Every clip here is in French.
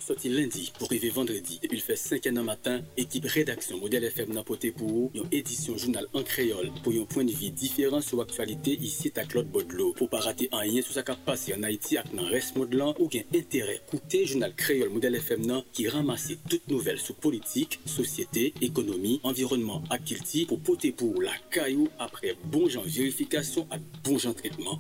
sorti lundi pour arriver vendredi. Depuis le fait 5 ans matin, équipe rédaction Modèle FM n'a poté pour une édition journal en créole pour un point de vue différent sur l'actualité ici à Claude Baudelot. Pour pas rater un lien sur ce qui a passé en Haïti avec le reste modelant ou gain intérêt. Écoutez journal créole Modèle FM qui ramasse toutes nouvelles sur politique, société, économie, environnement, activité pour poter pour la caillou après bon genre vérification et bon genre traitement.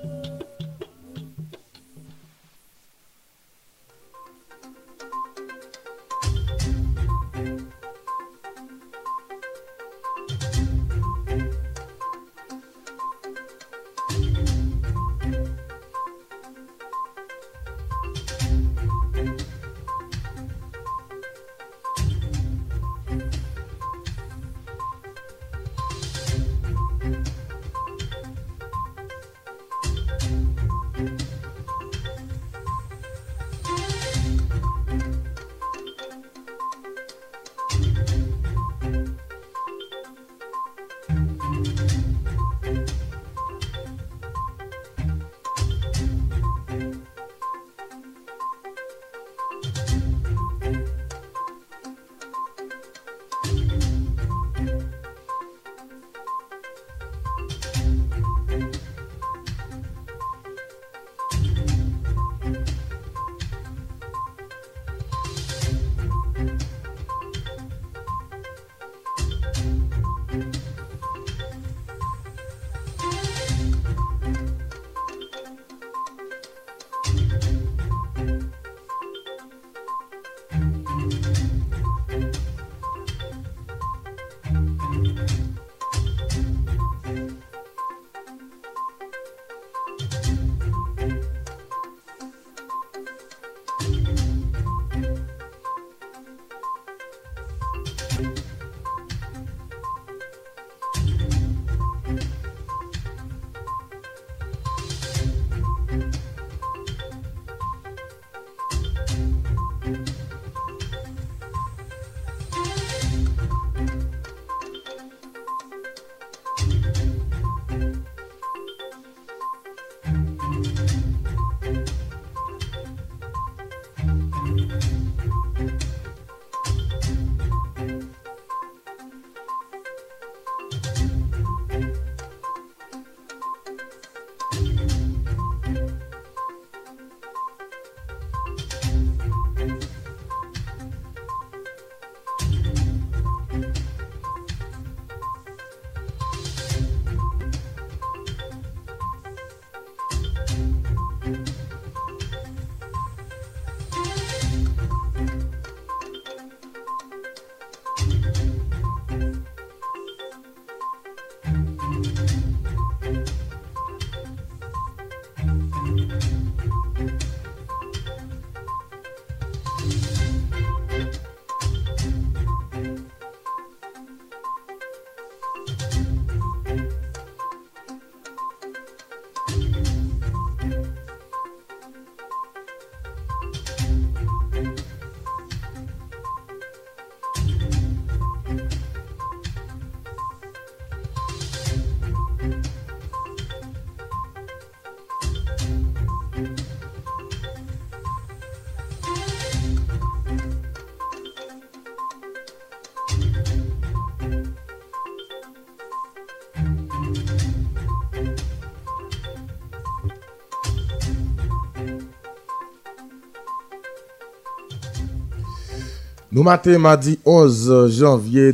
Nous matin mardi 11 janvier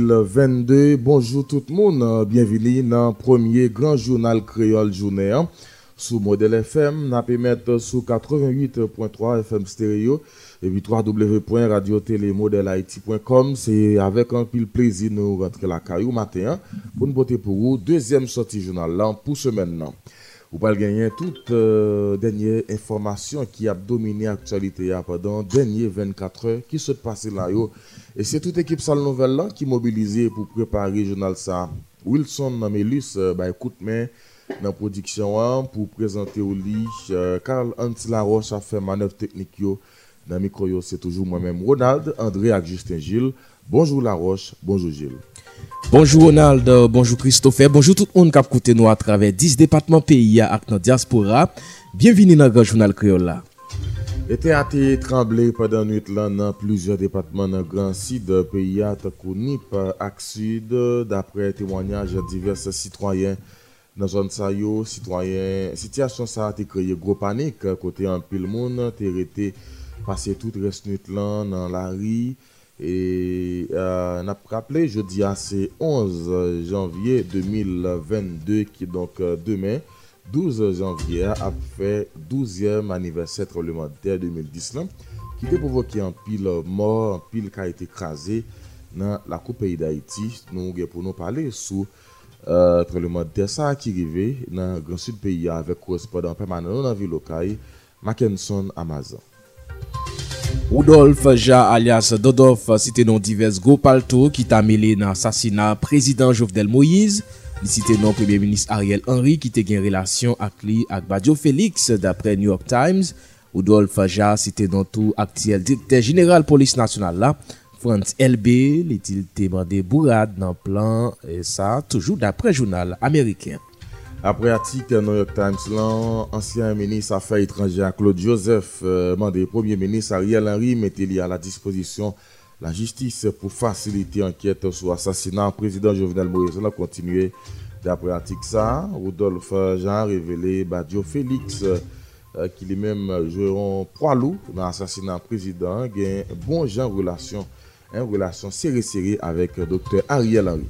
2022. Bonjour tout le monde. Bienvenue dans le premier grand journal créole journée sous Modèle FM. Nous peut mettre sous 88.3 FM stéréo et puis www.radiotélémodelhaïti.com. C'est avec un pile plaisir nous rentrer la caillou matin pour nous porter pour vous deuxième sortie journal là pour semaine. Vous pouvez gagner toute dernière information qui a dominé l'actualité pendant les dernières 24 heures qui se passe là. Et c'est toute équipe Salle Nouvelle là qui est mobilisée pour préparer le journal ça. Wilson Namelus, écoute, mais dans la production pour présenter au lit. Carl Anti Laroche a fait manœuvre technique. Dans le micro, c'est toujours moi-même, Ronald, André et Justin Gilles. Bonjour Laroche, bonjour Gilles. Bonjour Ronald, bonjour Christopher, bonjour tout le monde qui a écouté nous à travers 10 départements pays avec notre diaspora. Bienvenue dans le journal créole là. Était à été tremblé pendant nuit là dans plusieurs départements dans grand sud pays à Nip ak sud d'après témoignages de divers citoyens dans zone ça yo citoyens situation ça a créé gros panique côté en pile monde t'es resté passer toute reste nuit là dans la rue et n'a rappelé jeudi c'est 11 janvier 2022 qui donc demain 12 janvier a fait 12e anniversaire tremblement de terre 2010 là, qui a provoqué un pile mort, un pile qui a été écrasé dans la coupe pays d'Haïti. Nous pour nous parler sur tremblement de terre ça qui arrivé dans le grand sud pays avec correspondant permanent dans la ville locale Mackenson Amazon. Rudolph Ja alias Dodolph cité dans divers gros palto qui t'a mêlé dans l'assassinat président Jovenel Moïse. Il cité non premier ministre Ariel Henry qui était en relation avec lui avec Badio Félix d'après New York Times. Rudolph Ja cité dans tout actuel directeur général police nationale là Franz LB, il demandé bourrade dans plan et ça toujours d'après journal américain. Après article New York Times là, ancien ministre Affaires étrangères Claude Joseph demandé premier ministre Ariel Henry mettez-lui à la disposition la justice pour faciliter l'enquête sur l'assassinat du président Jovenel Moïse. On a continué d'après l'article ça. Rudolph Jean révélé Badio Félix qui lui-même joueront poids lourd dans l'assassinat du président. Il y a un bon genre relation, une relation serrée avec Dr Ariel Henry.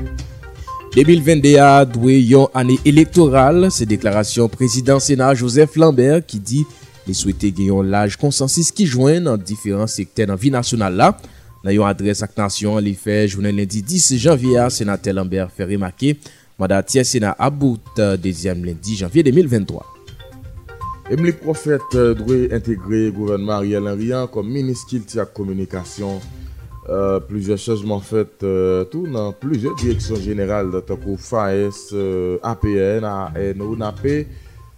2022 a doué une année électorale. C'est déclaration président Sénat Joseph Lambert qui dit il souhaitait gagner un large consensus qui joint dans différents secteurs dans la vie nationale là. Dans une adresse à la nation, il fait journée lundi 10 janvier, sénateur Lambert fait remarquer mandat Sénat à bout deuxième lundi janvier 2023. Emily Prophète doit intégrer le gouvernement Ariel Henry comme ministre de la communication. Plusieurs changements faits tout dans plusieurs directions générales de FAES, APN, ANO, NAP,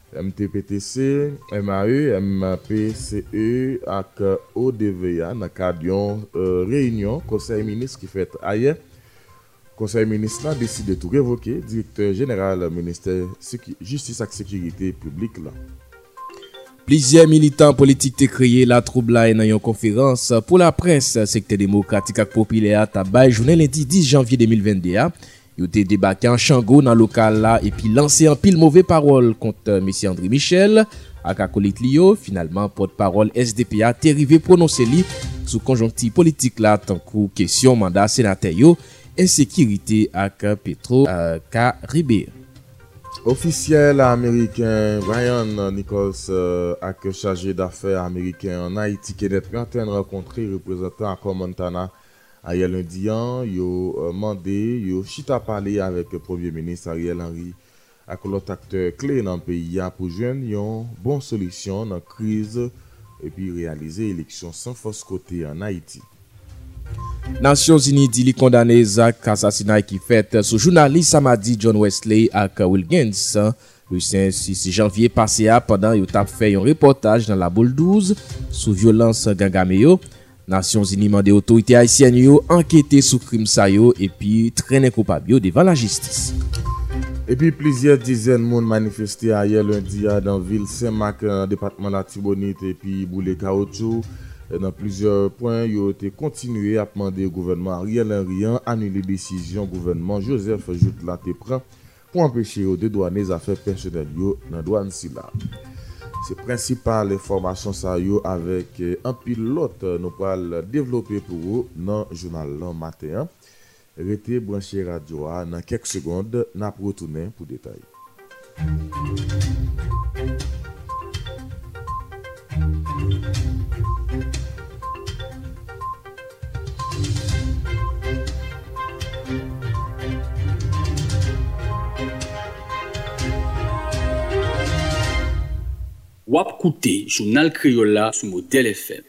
MTPTC, MAE, MPCE et ODVA dans le cadre d'une réunion conseil ministre qui fait ailleurs. Conseil ministre a décidé de tout révoquer, directeur général ministère justice et sécurité publique là. Plusieurs militants politiques ont créé la trouble dans une conférence pour la presse secteur démocratique et populaire tabac journée lundi 10 janvier 2022. Ils ont débarqué en Chango dans le local là et puis lancé un pile mauvais parole contre M. André Michel avec acolyte Lio. Finalement, porte-parole SDPA est arrivé prononcer lui sous conjonctif politique là tant que question mandat sénateur insécurité avec Petro Caribé. Officiel américain Brian Nichols avec chargé d'affaires américain en Haïti qui est en train de rencontrer représentant à Montana hier lundi yo mandé yo chita parler avec le premier ministre Ariel Henry avec l'autre acteur clé dans le pays pour joindre une bonne solution dans la crise et puis réaliser élection sans fausse côté en Haïti. Nations Unies dit condamné Zach assassinat qui fait sur journaliste samedi John Wesley et Wilkins le 6 janvier passé pendant il a fait un reportage dans la boule 12 sur violence gangaméo. Nations Unies demandé autorités haïtiennes yo enquêter sur crime ça yo et puis traîner coupable devant la justice. Et puis plusieurs dizaines de monde manifesté hier lundi dans ville Saint-Marc département la Tibonite et puis Boulé Caoutchouc. Dans plusieurs points, il a été continué à demander au gouvernement Ariel Henry annuler décision gouvernement Joseph Jout la prend pour empêcher de douaner les affaires personnelles dans la douane Silla. C'est principale information ça yo avec un pilote nous pourrons développer pour vous dans le journal matin. Restez branché radio dans quelques secondes, n'a pour retourner pour détail. Wap Kouté, journal Criolla sous modèle FM.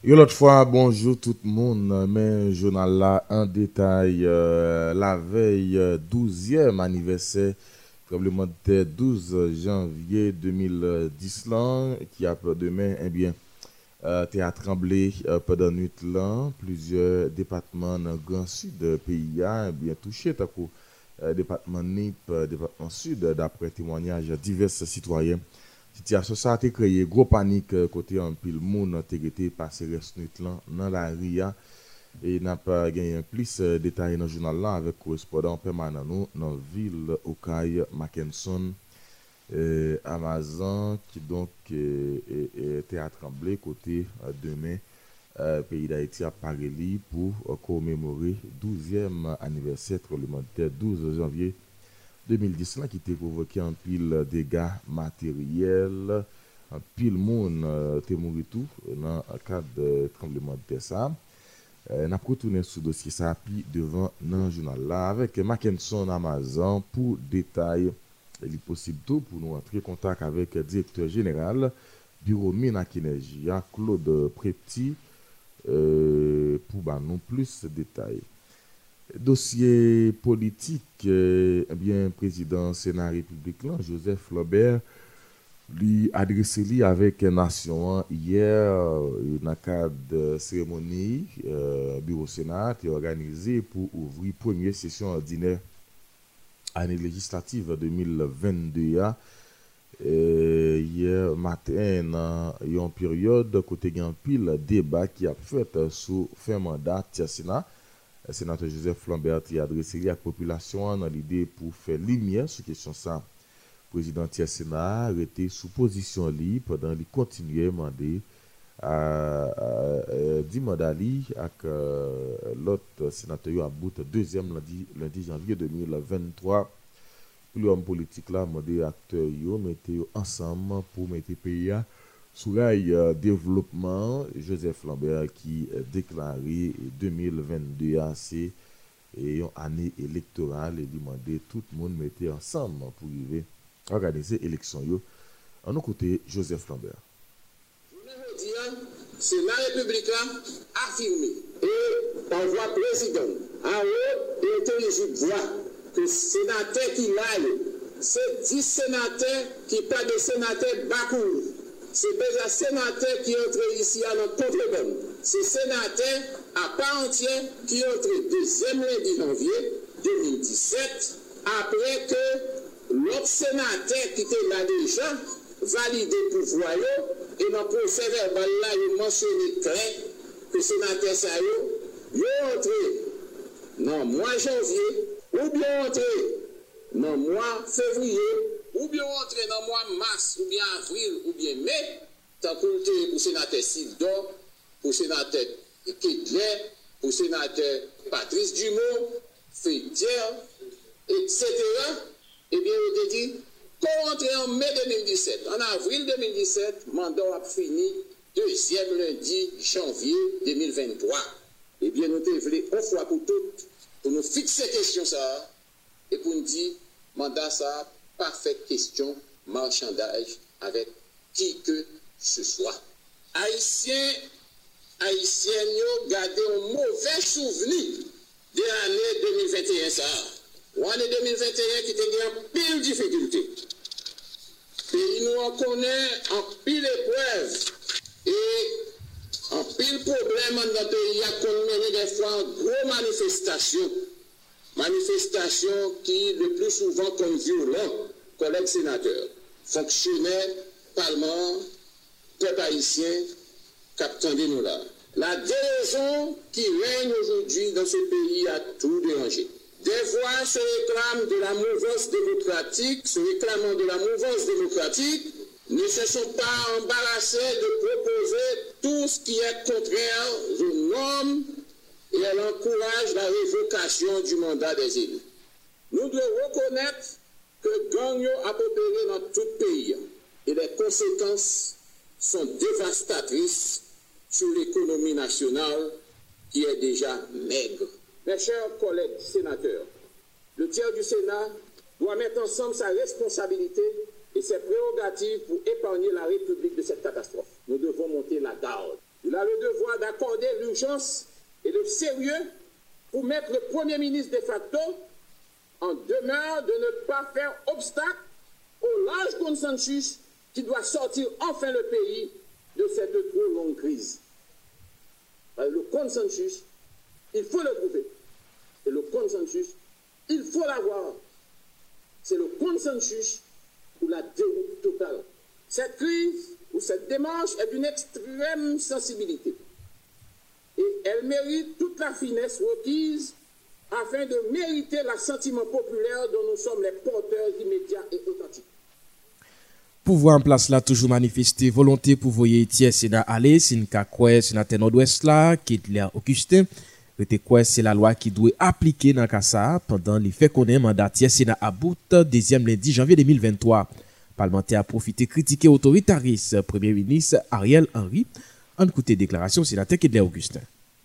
Yo l'autre fois, bonjour tout le monde, mais journal là en détail, la veille 12e anniversaire, tremblement de terre 12 janvier 2010 là, qui a peur demain, eh bien, a tremblé pendant la nuit là, plusieurs départements dans le grand sud du pays a bien touché, t'as coup, département NIP, département sud, d'après témoignages de divers citoyens. Situation ça a été créé gros panique côté un pile monde a été passé reste nuit là dans la ria et n'a pas gagné plus détails dans le journal là avec correspondant permanent nous dans ville Okaï Mackenson Amazon qui donc était à trembler côté demain pays d'Haïti à Paris pour commémorer 12e anniversaire tremblement de terre 12 janvier 2010 là qui était provoqué un pile dégâts matériels, un pile monde était mort tout dans le cadre de tremblement de terre ça. N'a retourné sur dossier ça puis devant dans le journal là avec Mackenson Amazon pour détail il est possible tout pour nous entrer en contact avec le directeur général bureau Minac Énergie Claude Prepti pour nous plus de détails. Dossier politique, bien, président Sénat République, Joseph Flambert, lui adressé lui avec nation hier dans le cadre de cérémonie bureau Sénat est organisé pour ouvrir première session ordinaire année législative 2022 hier matin dans une période côté gain pile débat qui a fait sous fin mandat Sénat. Le sénateur Joseph Flambert a adressé à la population dans l'idée pour faire lumière sur la question ça. Le président du Sénat a été sous position libre pendant qu'il continuait à demander à Dimandali avec l'autre sénateur à bout deuxième lundi janvier 2023. L'homme politique là demandé acteurs mettez ensemble pour mettre le pays sous rail développement. Joseph Flambert qui déclaré 2022 c'est une année électorale et demandé tout le monde mettre ensemble pour arriver à organiser l'élection. En nos côtés, Joseph Flambert. C'est la République affirmée et par voie président. En haut, et intelligible voix que sénateur qui l'aille, c'est 10 sénateurs qui pas de sénateurs Bakour. C'est déjà sénateur qui entre ici à notre contrebande. C'est sénateur à part entière qui entre deuxième lundi janvier 2017 après que l'autre sénateur qui était là déjà validé pouvoir et dans le procès verbal là il mentionné clair que sénateur ça yo entré dans mois janvier ou bien entré dans mois février ou bien entrer dans le mois mars, ou bien avril, ou bien mai, tant pour le sénateur Sildor, pour le sénateur Kedler, pour le sénateur Patrice Dumont, Fétière, etc. Eh bien, on a dit, qu'on entre en mai 2017, en avril 2017, mandat a fini, deuxième lundi janvier 2023. Eh bien, nous devons une fois pour toutes, pour nous fixer question ça, et pour nous dire, mandat ça, pas fait question marchandage avec qui que ce soit. Haïtiens ont gardé un mauvais souvenir de l'année 2021 ça. L'année 2021 qui était en pile difficulté. Et nous en connaît en pile épreuve et en pile problème dans notre pays a connu des fois en gros manifestations. Manifestations qui le plus souvent comme violents, collègues sénateurs, fonctionnaires, parlement, peuple haïtien, capitaine de nous là. La déraison qui règne aujourd'hui dans ce pays a tout dérangé. Des voix se réclament de la mouvance démocratique, se réclamant de la mouvance démocratique, ne se sont pas embarrassés de proposer tout ce qui est contraire aux normes et elle encourage la révocation du mandat des élus. Nous devons reconnaître que gang a opéré dans tout le pays et les conséquences sont dévastatrices sur l'économie nationale qui est déjà maigre. Mes chers collègues sénateurs, le tiers du Sénat doit mettre ensemble sa responsabilité et ses prérogatives pour épargner la République de cette catastrophe. Nous devons monter la garde. Il a le devoir d'accorder l'urgence et le sérieux pour mettre le Premier ministre de facto en demeure de ne pas faire obstacle au large consensus qui doit sortir enfin le pays de cette trop longue crise. Le consensus, il faut le trouver. Et le consensus, il faut l'avoir. C'est le consensus ou la déroute totale. Cette crise ou cette démarche est d'une extrême sensibilité. Et elle mérite toute la finesse requise afin de mériter l'assentiment populaire dont nous sommes les porteurs immédiats et authentiques. Pouvoir en place là toujours manifester volonté pour voyer tiers Sénat aller, c'est une quoi sénateur nord-ouest là qui est là Augustin. C'était quoi c'est la loi qui doit appliquer dans cas ça pendant les faits qu'on est mandat tiers Sénat à bout deuxième lundi janvier 2023. Parlementaire a profité critiquer autoritariste Premier ministre Ariel Henry. En écouter déclaration sénateur qui est là Augustin.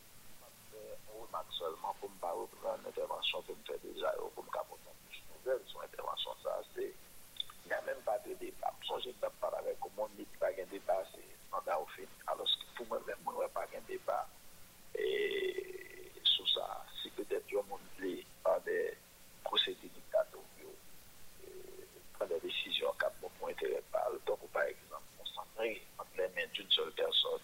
D'une seule personne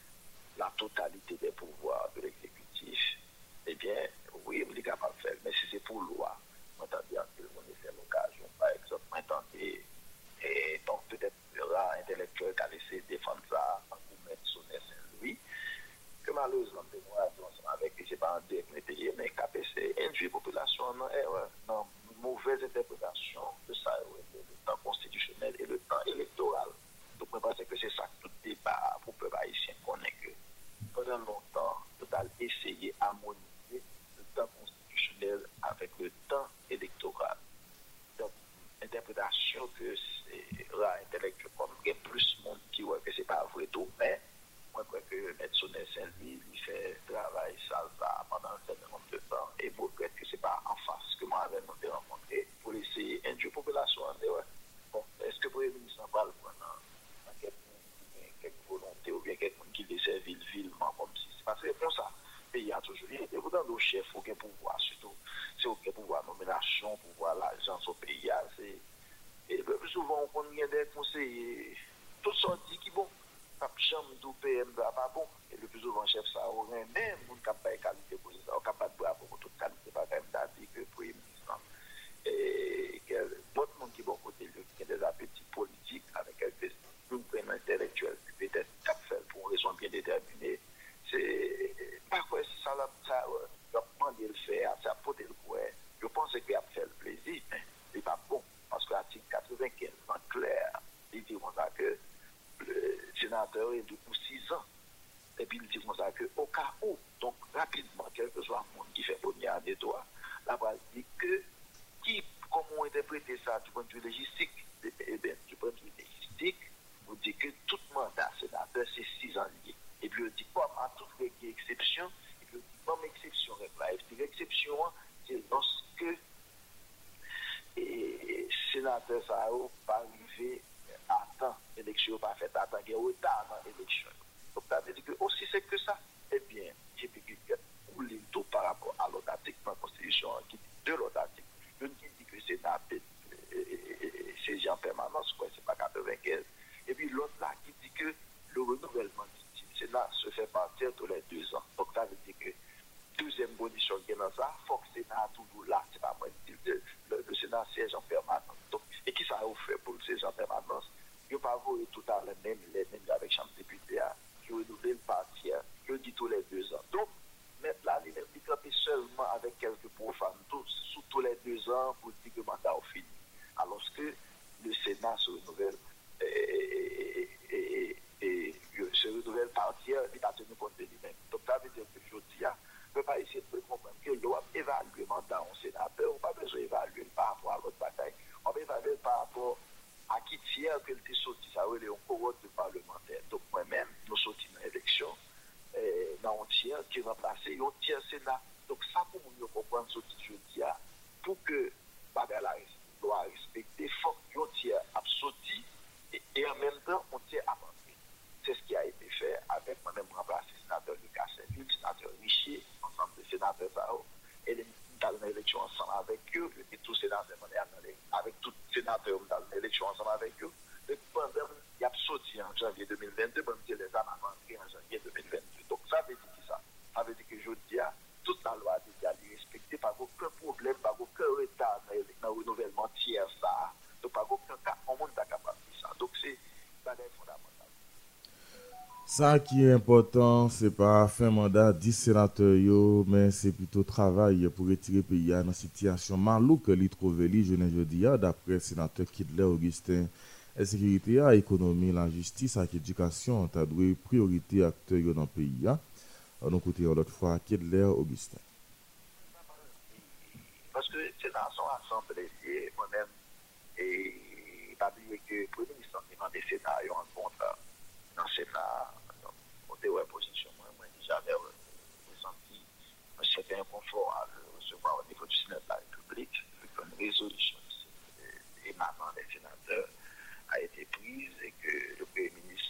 la totalité des pouvoirs de l'exécutif, eh bien, oui, on est capable de faire. Mais si c'est pour loi, on entend bien que on ait fait l'occasion, par exemple, m'entendez, et donc peut-être là, intellectuel qui a laissé défendre ça en mettre son Saint-Louis, que malheureusement, moi, avec, je ne sais pas en dire, mais KPC induit la population dans une mauvaise interprétation de ça, le temps constitutionnel et le temps électoral. Donc, je pense que c'est ça que tout débat pour le peuple haïtien connaît que pendant longtemps, Total essayé d'harmoniser le temps constitutionnel avec le temps électoral. Donc, interprétation que c'est là, intellectuel, comme il y a plus de monde qui voit que ce n'est pas vrai tout, mais moi, je crois que M. Sonnet Saint-Louis, il fait travail ça pendant un certain nombre de temps et je regrette que ce n'est pas en face que moi, avec nous rencontré pour essayer d'induire la population. Bon, est-ce que le Premier ministre en parle pendant quelques volontés ou bien quelqu'un qui laisse villement comme si c'est parce que pour ça, le pays a toujours été autant de chefs aucun pouvoir, surtout c'est aucun pouvoir nomination, pouvoir l'agence au pays. Et le plus souvent on a des conseillers, tout ça dit qui bon, pas chambre du PM pas bon, et le plus souvent chef ça aurait même une capacité qualité pour ça, capable de bravo pour toute qualité, pas quand même dit que le Premier ministre et que d'autres monde qui bon côté qui a des appétits politiques avec quelques un intellectuel qui peut-être fait pour une raison bien déterminée. C'est pas quoi ça demandé le faire, ça porter le quoi. Je pense qu'il a fait le plaisir, mais c'est pas bon parce que l'article 95 en clair, il dit comme ça que le sénateur est pour 6 ans. Et puis il dit comme ça que au cas où, donc rapidement, quel que soit le monde qui fait première année toi, la base dit que comment interpréter ça du point de vue légistique, du point de vue légistique, on dit que tout mandat sénateur, c'est 6 ans liés. Et puis on dit pas à toute exception, et puis on dit comme exception, l'exception, c'est lorsque sénateur ça va arriver à temps, l'élection pas faite à temps, il y a retard dans l'élection. Donc ça veut dire que aussi c'est que ça, eh bien, j'ai pu couler tout par rapport à l'autre article de la Constitution, qui dit de l'autre article. Je ne dis que c'est en permanence, quoi, c'est pas 95. Et puis l'autre là qui dit que le renouvellement du Sénat se fait partir tous les 2 ans. Donc ça veut dire que deuxième condition qui est dans ça, il faut que le Sénat toujours là, c'est pas moi qui dis le Sénat siège en permanence. Donc, et qui ça a fait pour le siège en permanence? Il n'y a pas vu tout à les mêmes avec Chambre député qui renouvelle le parti, je dis tous les 2 ans. Donc, mettre là, il est seulement avec quelques profanes, sous tous les 2 ans pour dire que le mandat est fini. Alors que le Sénat se renouvelle se renouvelle partir, il a tenu compte de lui-même. Donc ça veut dire que je dis, on ne peut pas essayer de comprendre que l'on va évaluer le mandat en sénateur, on n'a pas besoin d'évaluer par rapport à l'autre bataille, on va évaluer par rapport à qui tient que tu sorti, ça veut dire un cohorte de parlementaires. Donc moi-même, nous sortis dans l'élection, dans un tiers qui remplaçait un tiers Sénat. Donc ça pour nous comprendre ce que je dis, pour que la doit respecter, il faut qu'un tiers absorti et en même temps on tient avancé. C'est ce qui a été fait avec moi-même sénateurs dans l'élection ensemble avec eux. Et pendant, il y a sorti en janvier 2022, bon, les gens ont entré en janvier 2022. Donc ça veut dire ça. Ça veut dire que je dis, toute la loi a déjà respectée, pas aucun problème, pas aucun retard dans le renouvellement tiers, ça. Donc pas aucun cas, on monde est capable de ça. Donc c'est fondamental. Ça qui est important, c'est pas fin mandat 10 sénateurs, mais c'est plutôt travail pour retirer le pays dans une situation malouque qu'il trouve jeudi d'après le sénateur Kidler Augustin. La sécurité, l'économie, la justice, l'éducation, tu as donné priorité à acteurs dans le pays. On a écouté l'autre fois Kidler Augustin. Parce que c'est dans son assemblée, moi-même, et pas oublier que le Premier ministre a demandé des scénarios en contre dans le Sénat. On était en position, moi, j'avais ressenti un certain inconfort à le recevoir au niveau du Sénat de la République, une résolution émanant des sénateurs a été prise et que le Premier ministre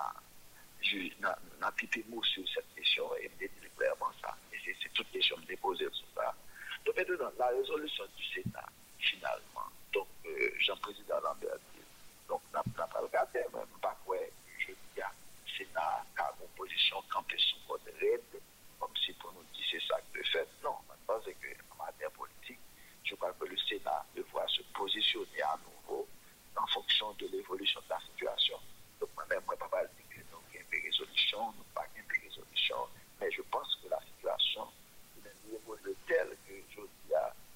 n'a pipé mot sur cette question et me dit clairement ça. Et c'est toute question me déposer sur ça. Donc maintenant, la résolution du Sénat, finalement, donc Jean-Président Lambert, donc n'a pas regardé, même pas quoi, je dis à Sénat a une position campée sous code raide, comme si pour nous dire c'est ça que de fait. Non, je pense qu'en matière politique, je crois que le Sénat devra se positionner à nouveau en fonction de l'évolution de la situation. Donc moi-même, moi, pas dire que nous avons une résolution, nous pas une résolution, mais je pense que la situation est telle que je dis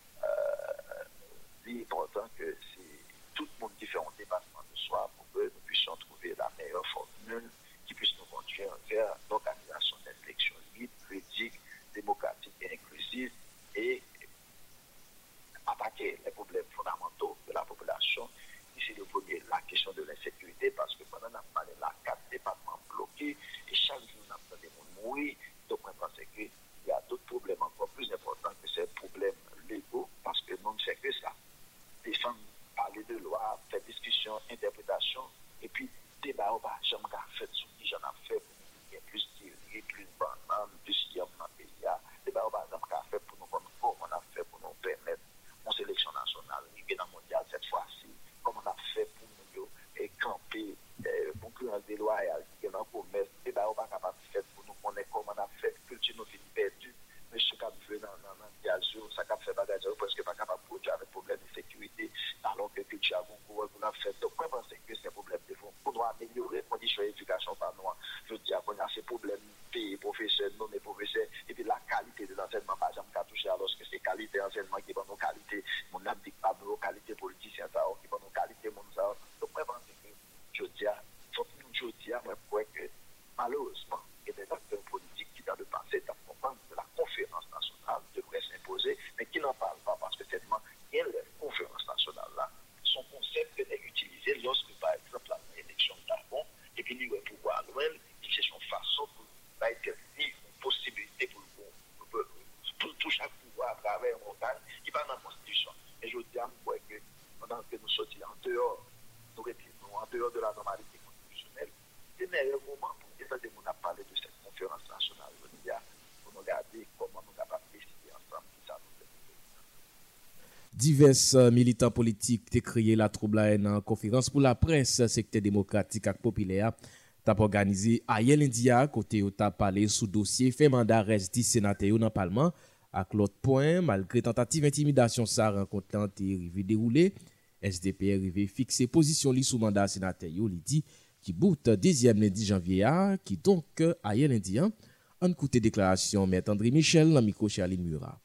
c'est important que tout le monde qui fait un dépassement de soi pour que nous puissions trouver la meilleure formule qui puisse nous conduire vers l'organisation d'élections libres, ludiques, démocratiques et inclusives et attaquer les problèmes fondamentaux de la population. Ici, le premier, la question de l'insécurité, parce que pendant qu'on a parlé de la 4 départements bloqués, et chaque jour, on a parlé de mourir. Donc, on pense qu'il y a d'autres problèmes encore plus importants que ces problèmes légaux, parce que nous ne faisons que ça. Défendre, parler de loi, faire discussion, interprétation, et puis débat, on va jamais faire ce que j'en ai fait, il y a plus de plus banane, plus de dans le pays. Débat, on va jamais faire pour nous, comme on a fait pour nous permettre une sélection nationale, arriver dans le mondial cette fois-ci, comme on a fait pour nous camper, pour que nous déloyal, qui est dans le commerce, débat, on va capable de faire pour nous connaître comment on a fait, culture nos filles perdues, mais ce qu'on veut dans le mondial, ça a fait bagage, parce que pas capable de produire avec problème de sécurité, alors que culture a beaucoup pour fait. Donc, moi, je pense que c'est un problème de fond. Pour nous améliorer les conditions d'éducation par nous, je dis qu'on a ces problèmes pays, professeurs, non les professeurs, et puis la qualité de l'enseignement, par exemple, qui a touché alors que c'est qualité d'enseignement qui est nos qualité, mon abdique pas nos qualités politiciennes, qui est nos qualités, mon ça. Donc, moi, je pense que je dis, faut que nous, je dis, moi, je crois que malheureusement, il y a des acteurs politiques qui, dans le passé, dans le comprendre que la conférence nationale devrait s'imposer, mais qui n'en parlent pas parce que tellement, il y a la conférence nationale là, son concept est utilisé lorsque, par exemple, la élection d'Argon, et puis il va pouvoir loin, il cherche une façon pour interdire une possibilité pour tout chaque pouvoir à travers un organe qui va dans la Constitution. Et je dis à moi que pendant que nous sortions en dehors, nous retirons en dehors de la normalité constitutionnelle, c'est le meilleur moment pour que nous avons parlé de cette conférence nationale, je dis, pour nous regarder comment nous avons décidé ensemble qui ça nous fait. Divers militants politiques ont créé la trouble en conférence pour la presse secteur démocratique et populaire. T'as organisé à Yelindia côté où t'as parlé sous dossier fait mandat reste 10 sénateurs dans le Parlement. À l'autre point, malgré tentative d'intimidation, ça rencontre arrivé déroulé. SDP arrivé fixer position li sous mandat sénateur li dit qui bout deuxième lundi janvier qui donc à Yelindia. On écoute déclaration maître André Michel dans micro Charline Murat.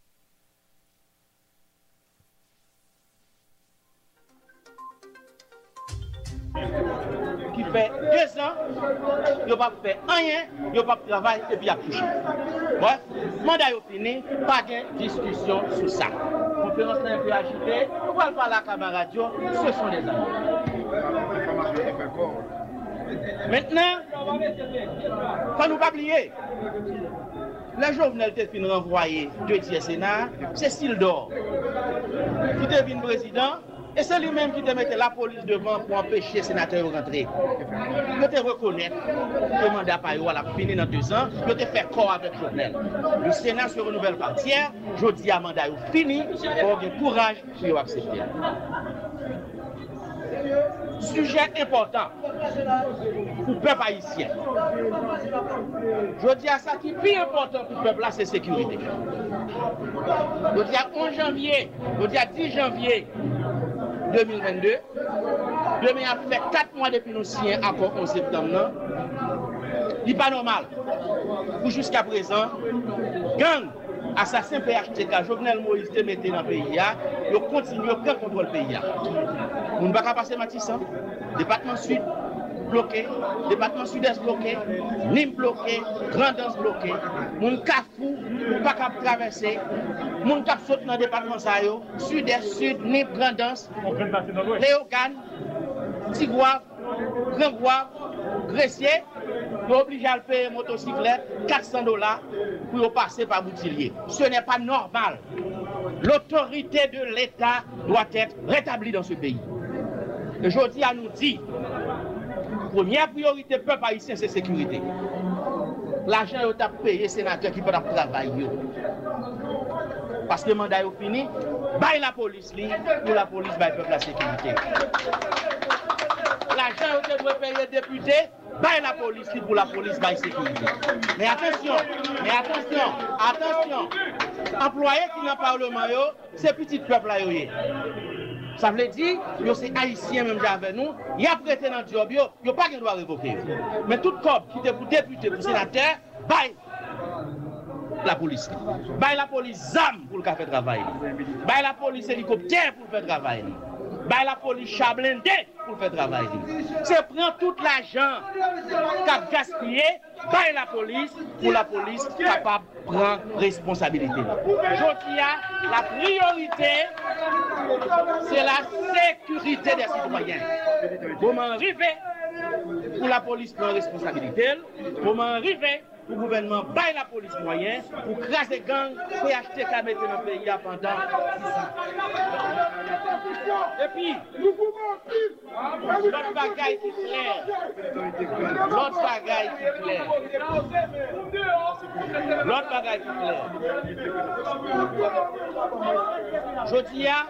Qui fait 2 ans, il n'a pas fait rien, il n'a pas travaillé et puis il a touché. Bref, mandat est fini, pas de discussion sur ça. Conférence n'est plus agitée, on va parler à la camarade, ce sont les amis. Maintenant, il ne faut pas oublier, la Jovenel était fin renvoyé 2 tiers Sénat, c'est style d'or. Qui devient président, Et c'est lui-même qui te mettait la police devant pour empêcher les sénateurs de rentrer. Je te reconnais que le mandat par eux a fini dans 2 ans. Je te fais corps avec Jovenel. Le Sénat se renouvelle par tiers. Je dis à mandat fini. Il faut avoir du courage pour accepter. Sujet important pour le peuple haïtien. Je dis à ça qui est plus important pour le peuple là, c'est la sécurité. Je dis à 11 janvier, je dis à 10 janvier 2022, demain a fait 4 mois depuis nous signer accord 11 septembre. Il n'est pas normal. Pour jusqu'à présent, gang, assassin PHTK, Jovenel Moïse te mette dans le pays, il continue à prendre contrôle du pays. On ne va pas passer Matissan, département sud bloqué, département sud-est bloqué, Nîmes bloqué, Grandance bloqué, mon Kafou, pas capable de traverser, mon cap saute dans le département sud-est, sud, Nîmes, Grandance, Léogane, Tigouave, Grand-Gouave, Gressier, nous obligés à payer motocyclette $400 pour passer par Boutillier. Ce n'est pas normal. L'autorité de l'État doit être rétablie dans ce pays. Et je dis à nous dire, première priorité peuple haïtien, c'est sécurité. L'argent est à payer les sénateurs qui peuvent travailler. Parce que le mandat est fini, baille la police, pour la police, baille le peuple la sécurité. L'argent est doit payer les députés, baille la police, pour la police, baille la sécurité. Mais attention, employés qui dans le Parlement, c'est petit peuple là. Ça veut dire que c'est haïtien même avec nous, il a prêté dans le job, il n'y a pas de droit révoquer. Mais tout corps qui était pour député, pour sénateur, baille la police. Baille la police ZAM pour le faire travail. Baille la police hélicoptère pour faire travail. Baille la police chat blindé pour faire travail. C'est prendre tout l'argent qu'a gaspillé, baille la police pour la police capable de prendre responsabilité. Aujourd'hui, la priorité, c'est la sécurité des citoyens. Comment arriver pour la police prendre responsabilité? Comment arriver pour le gouvernement baille la police moyen pour craser gang PHTK mettre dans le pays pendant 6 ans. Et puis, l'autre bagaille qui est clair. L'autre bagaille qui est clair. L'autre bagaille qui est clair. Je dis à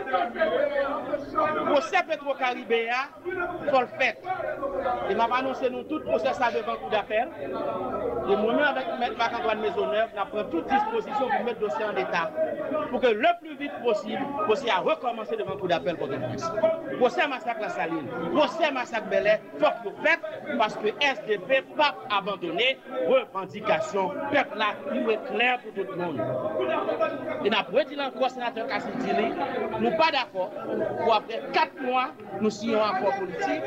procès Petro-Caribéa, il faut le faire. Et m'a annoncé nous tout procès ça devant coup d'appel. Et moi-même avec M. Marc-Antoine Maisonneuve, nous prenons toute disposition pour mettre le dossier en état. Pour que le plus vite possible, le dossier a recommencé devant coup d'appel pour France. Procès massacre la Saline, procès massacre Belay, il faut que vous faites parce que SDP pas abandonné revendication. Peuple là, il est clair pour tout le monde. Et nous avons dit encore, sénateur Kassim Dili, nous ne sommes pas d'accord pour après 4 mois, nous signons un accord politique.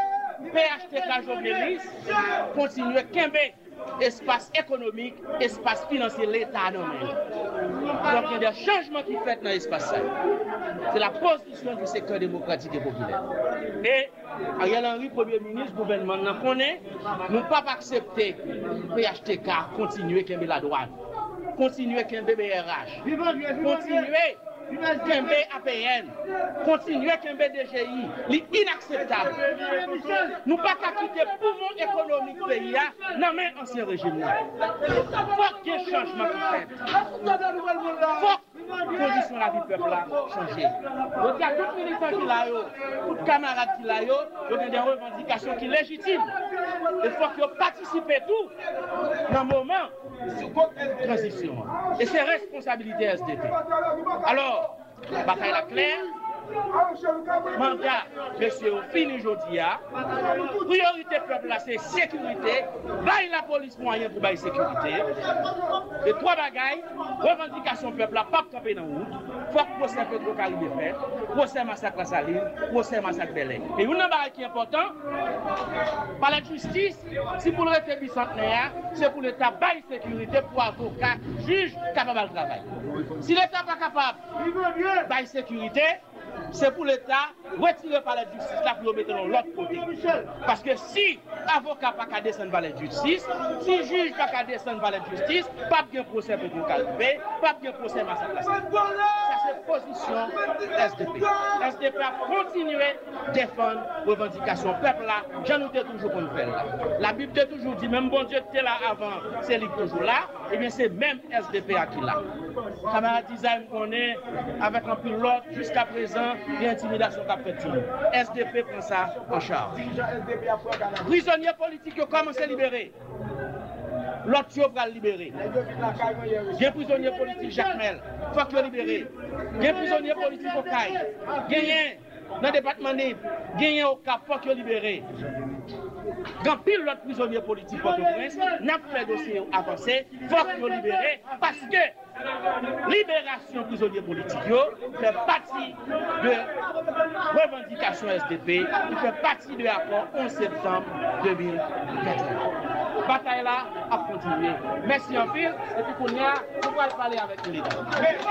PHTK Jovenelis continue à quimber espace économique, espace financier, l'État nommé. Donc il y a des changements qui sont faits dans l'espace. C'est la position du secteur démocratique et populaire. Et Ariel Henry, Premier ministre, gouvernement, nous connaît, nous ne pouvons pas accepter PHTK continuer à quimber la douane, continuer à quimber BRH, continuer Kembe APN, continuer Kembe DGI, c'est inacceptable. Nous ne pouvons pas quitter le pouvoir économique du pays dans l'ancien régime. Il faut qu'il y ait un changement qui fait. Il faut que la condition de la vie du peuple change. Donc il y a tous les militants qui l'ont, tous les camarades qui l'ont, il y a des revendications qui sont légitimes. Il faut qu'ils participent tout dans le moment de transition. Et c'est responsabilité SDP. Alors, la bataille est claire. Mandat, monsieur, fini aujourd'hui. Priorité peuple là, c'est sécurité. Baille la police moyen pour bailler sécurité. Et 3 bagailles, revendication peuple là, pas camper dans la route. Faut que procès Petro-Caribé fait, procès massacre la Saline, procès massacre Belay. Et une bagaille qui est important, par la justice, si pour le rester bicentenaire, c'est pour l'État baille sécurité pour avocat, juge capable de travailler. Si l'État n'est pas capable de bailler sécurité, c'est pour l'État retirer par la justice là pour le mettre dans l'autre côté. Parce que si avocat pas qu'à descendre par la justice, si juge pas qu'à descendre par la justice, pas de procès pour Petro-Caribé, pas de procès massacre. Ça c'est position SDP. SDP a continué à défendre les revendications peuple là, j'en ai toujours qu'on fait là. La Bible a toujours dit, même bon Dieu était là avant, c'est lui toujours là, et bien c'est même SDP qui est là. Camarade Design qu'on est avec un pilote jusqu'à présent, il y a intimidation qu'a fait tout. SDP prend ça en charge. Prisonniers politiques ont commencé à libérer. L'autre va le libérer. Il y a un prisonnier politique Jacques Mel, il faut qu'il libéré. Il y a un prisonnier politique au CAI. Il y a dans le département NIB, il y a au CAP, il faut qu'il libéré. Quand pile l'autre prisonnier politique Port-au-Prince, n'a pas fait dossier avancé, il faut qu'il libéré parce que libération prisonnier politique fait partie de revendication SDP, il fait partie de l'accord 11 septembre 2021. Bataille là a continué. Merci en pile. Et puis qu'on y a, on va parler avec les leaders.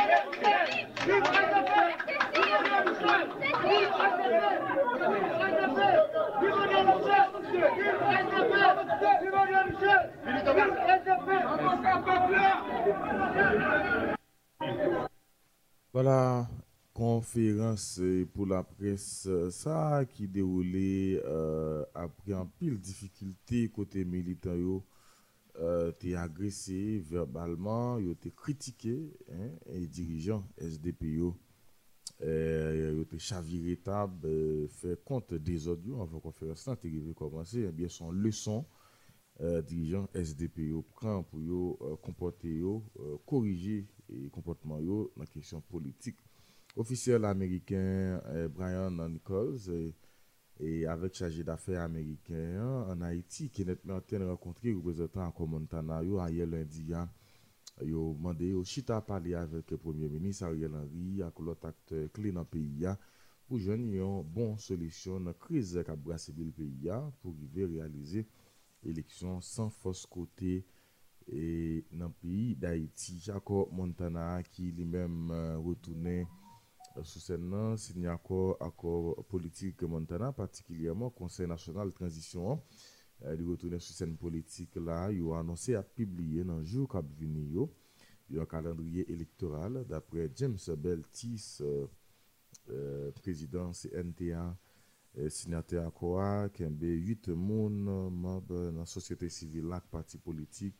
Voilà, conférence pour la presse, ça qui déroulé après un pile difficulté côté militant yo, t'es agressé verbalement, yo t'es critiqué, hein, et dirigeants SDP yo, yo t'es chaviré table, fait compte des audios avant conférence là, t'es arrivé commencer, eh bien son leçon. Dirigeants SDP yo prend pour yo comporter yo corriger et comportement yo dans question politique. Officiel américain Brian Nichols et avec chargé d'affaires américain en Haïti qui nettement rencontré représentant à Montana yo hier lundi yo demandé yo chita parler avec le premier ministre Ariel Henry avec l'autre acteur clé dans le pays pour joindre une bonne solution dans la crise qui a brassé le pays pour arriver réaliser élection sans fausse côté et dans le pays d'Haïti. Jacob Montana qui lui-même retourné sous scène signé accord politique Montana, particulièrement Conseil national de transition. Il retourné sous scène politique là, il a annoncé à publier dans le jour qui venir un calendrier électoral d'après James Beltis, président CNTA. Sénateur Akoa, qui a 8 membres dans la société civile, la parti politique,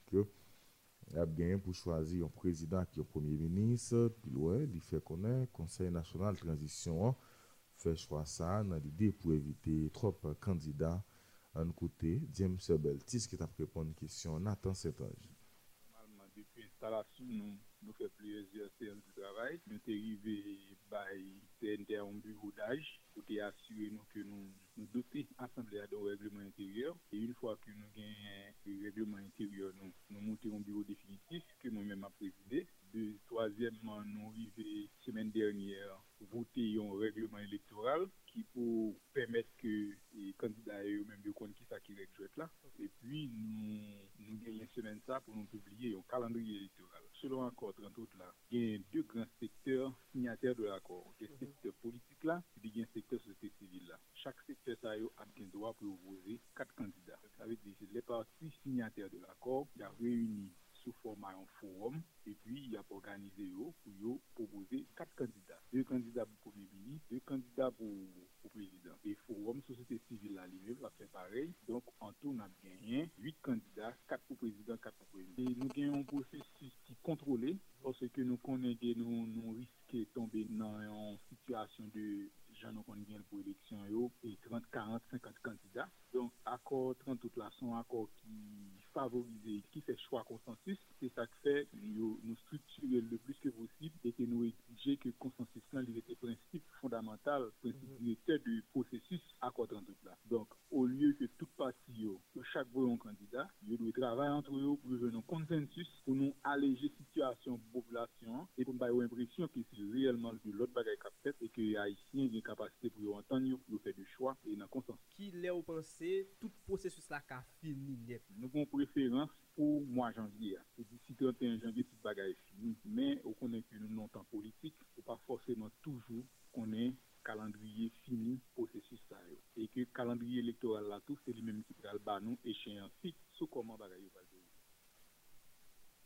a gagné pour choisir un président qui est premier ministre. Puis, ouais, il fait connaître Conseil national de transition, fait choix ça dans l'idée pour éviter trop de candidats. En côté, James Beltis qui t'a répondu à une question, Nathan Saint-Ange. Normalement, depuis l'installation, nous faisons plusieurs séances de travail. Nous sommes arrivés par CNT en bureau d'âge pour assurer que nous doter l'Assemblée d'un règlement intérieur. Et une fois que nous gagnons le règlement intérieur, nous montons un bureau définitif que moi-même a présidé. Troisièmement, nous arrivés semaine dernière voter un règlement électoral qui pour permettre que les candidats eux-mêmes de connaissent qui ça qui règle là. Et puis nous gagnons semaine ça pour nous publier un calendrier électoral. Selon l'accord 38 là, il y a deux grands secteurs signataires de l'accord. Le secteur politique là, et il y a un secteur société civile là. Chaque secteur ça a un droit pour proposer 4 candidats. Ça veut dire que les parties signataires de l'accord, il y a réuni sous format un forum et puis il a organisé pour proposer 4 candidats. 2 candidats pour premier ministre, 2 candidats pour président. Et forum société civile là lui-même va faire pareil. Donc en tout on a gagné 8 candidats, 4 pour président, 4 pour premier ministre. Et nous gagnons un processus qui est contrôlé parce que nous connaissons que nous risquons de tomber dans une situation de gens qu'on gagne pour l'élection et 30, 40, 50 candidats. Donc accord 38 là sont accords qui favorisent, qui fait choix consensus. C'est ça que fait nous structurer le plus que possible et que nous exiger que le consensus là il était principe fondamental, principe directeur du processus accord 38 là. Donc au lieu que toute partie chaque voyant candidat, ils doivent travailler entre eux pour jouer un consensus pour nous alléger la situation de la population et pour nous avoir l'impression que c'est réellement de l'autre bagaille qu'a fait et que les Haïtiens ont une capacité pour entendre, pour faire du choix et dans le consensus. Qui l'a pensé tout processus là qu'a fini net. Nous avons préférence pour mois janvier. Et d'ici 31 janvier, toute bagaille est finie. Mais on connaît que nous n'avons pas politique, il ne faut pas forcément toujours qu'on ait calendrier fini processus ça et que calendrier électoral là tout c'est lui même qui va le nous échéance fixe sur comment bagaille va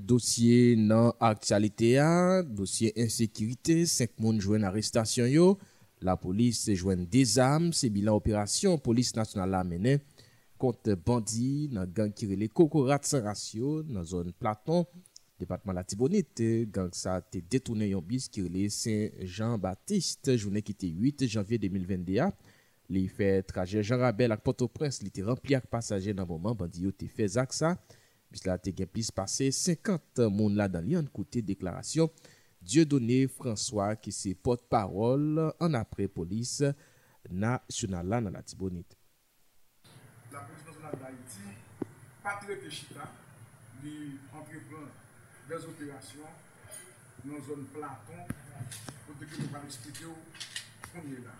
dossier dans actualité dossier insécurité, 5 moun joine arrestation yo. La police joine des armes, c'est bilan opération police nationale la mené contre bandits dans gang qui relé Kokorat sans ratio dans zone Platon, département la Tibonite. Gang ça a détourné un bus qui relé Saint-Jean-Baptiste, journée qui était 8 janvier 2022. Il fait trajet Jean Rabel à Port-au-Prince, il était rempli avec passagers dans le moment bandit yo te fait ça. Bis la te gen plus passé 50 moun là dans l'an côté déclaration Dieudonné François qui c'est porte-parole en après police nationale là dans la Tibonite. La police nationale d'Haïti pas traité chita, il entreprend des opérations dans la zone Platon pour que nous allons expliquer combien là.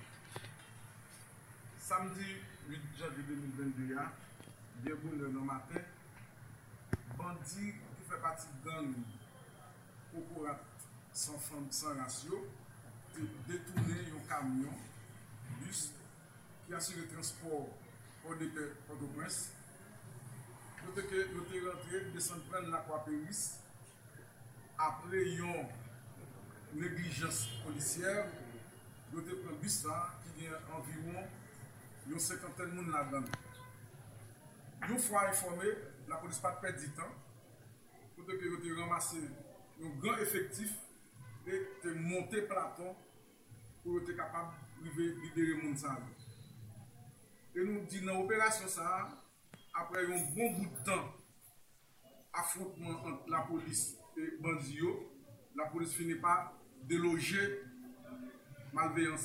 Samedi 8 janvier 2022, bien bon le matin, bandit qui fait partie de gang Kokorat sans ratio détourné un camion bus qui assure le transport au départ Port-au-Prince. Nous sommes rentrés, descendre prendre l'Aquapéris après une négligence policière. Nous avons pris un bus là qui vient environ une cinquantaine de personnes là-dedans. Une fois informé, la police n'a pas perdu du temps pour que ramasser un grand effectif et de monter Platon pour être capable de libérer les gens. Et nous disons dans l'opération, après un bon bout de temps, affrontement entre la police et Bandio, la police finit par déloger malveillance.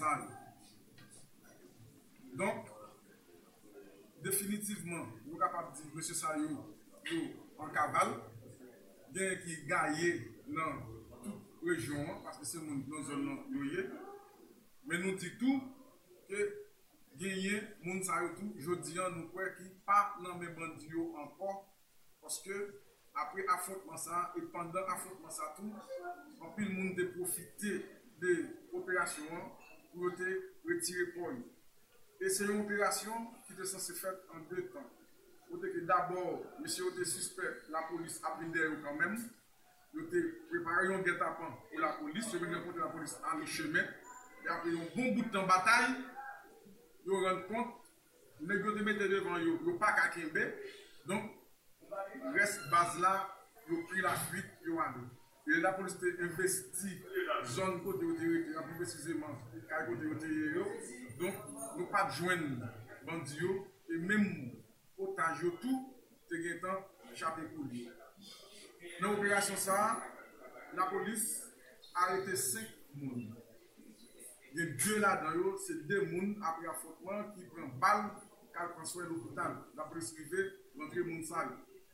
Donc, définitivement, nous sommes capables de dire M. Sayou en cavale, bien qui gagne dans toute région, parce que c'est dans zone yoye. Mais nous disons tout que gagner moun Sayou tout, je dis nous croyons qui pas dans mes bandits encore, parce que après affrontement ça et pendant affrontement ça tout, en plus le monde de profiter de l'opération pour retirer pour eux. Et c'est une opération qui était censée faire en 2 temps. D'abord, monsieur était suspect, la police a pris derrière quand même. Il était préparé un guet-apens pour la police, je vais rencontrer la police à mi-chemin. Et après un bon bout de temps de bataille, ils se rendent compte, les gens qui mettent devant eux, ils n'ont pas qu'à Kembe. Donc, reste base là, ils ont pris la fuite, ils ont allé. Et la police a investi zone côté autorité, plus précisément, côté donc, nous pas de joindre bandits et même otages tout, c'est un temps échappé pour lui. Dans l'opération ça, la police a arrêté 5 personnes. Il y a 2 là-dedans, c'est 2 personnes après affrontement qui prennent balle, qui prennent soin de l'hôpital. La police privée, rentrer moun sale.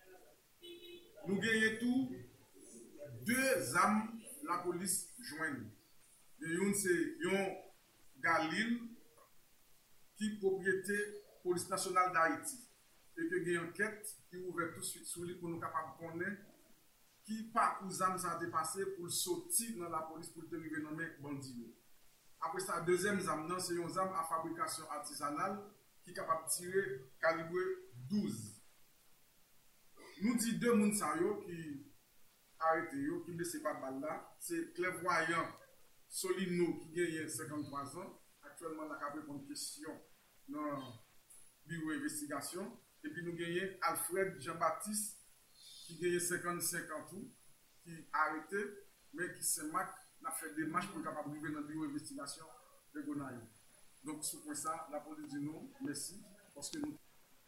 Nous gagnons tout. 2 armes, la police joigne. Une c'est Yon Galil, qui est propriété police nationale d'Haïti. Et que il y a une enquête qui ouvre tout de suite sur lui pour nous capables de connaître qui parcours armes ça a dépassé pour sortir dans la police pour arriver dans les bandits. Après ça, deuxième arme, c'est une arme à fabrication artisanale qui est capable de tirer calibre 12. Nous disons 2 personnes qui arrêté, qui ne laissent pas balle là, c'est clairvoyant Solino qui gagne 53 ans. Actuellement, on a répondre une question dans le bureau d'investigation. Et puis nous gagnons Alfred Jean-Baptiste qui gagne 55 ans tout, qui est arrêté, mais qui s'est marqué, a fait des marches pour capable de dans le bureau d'investigation de Gonaï. Donc, sur ça, la police dit non, merci, parce que nous.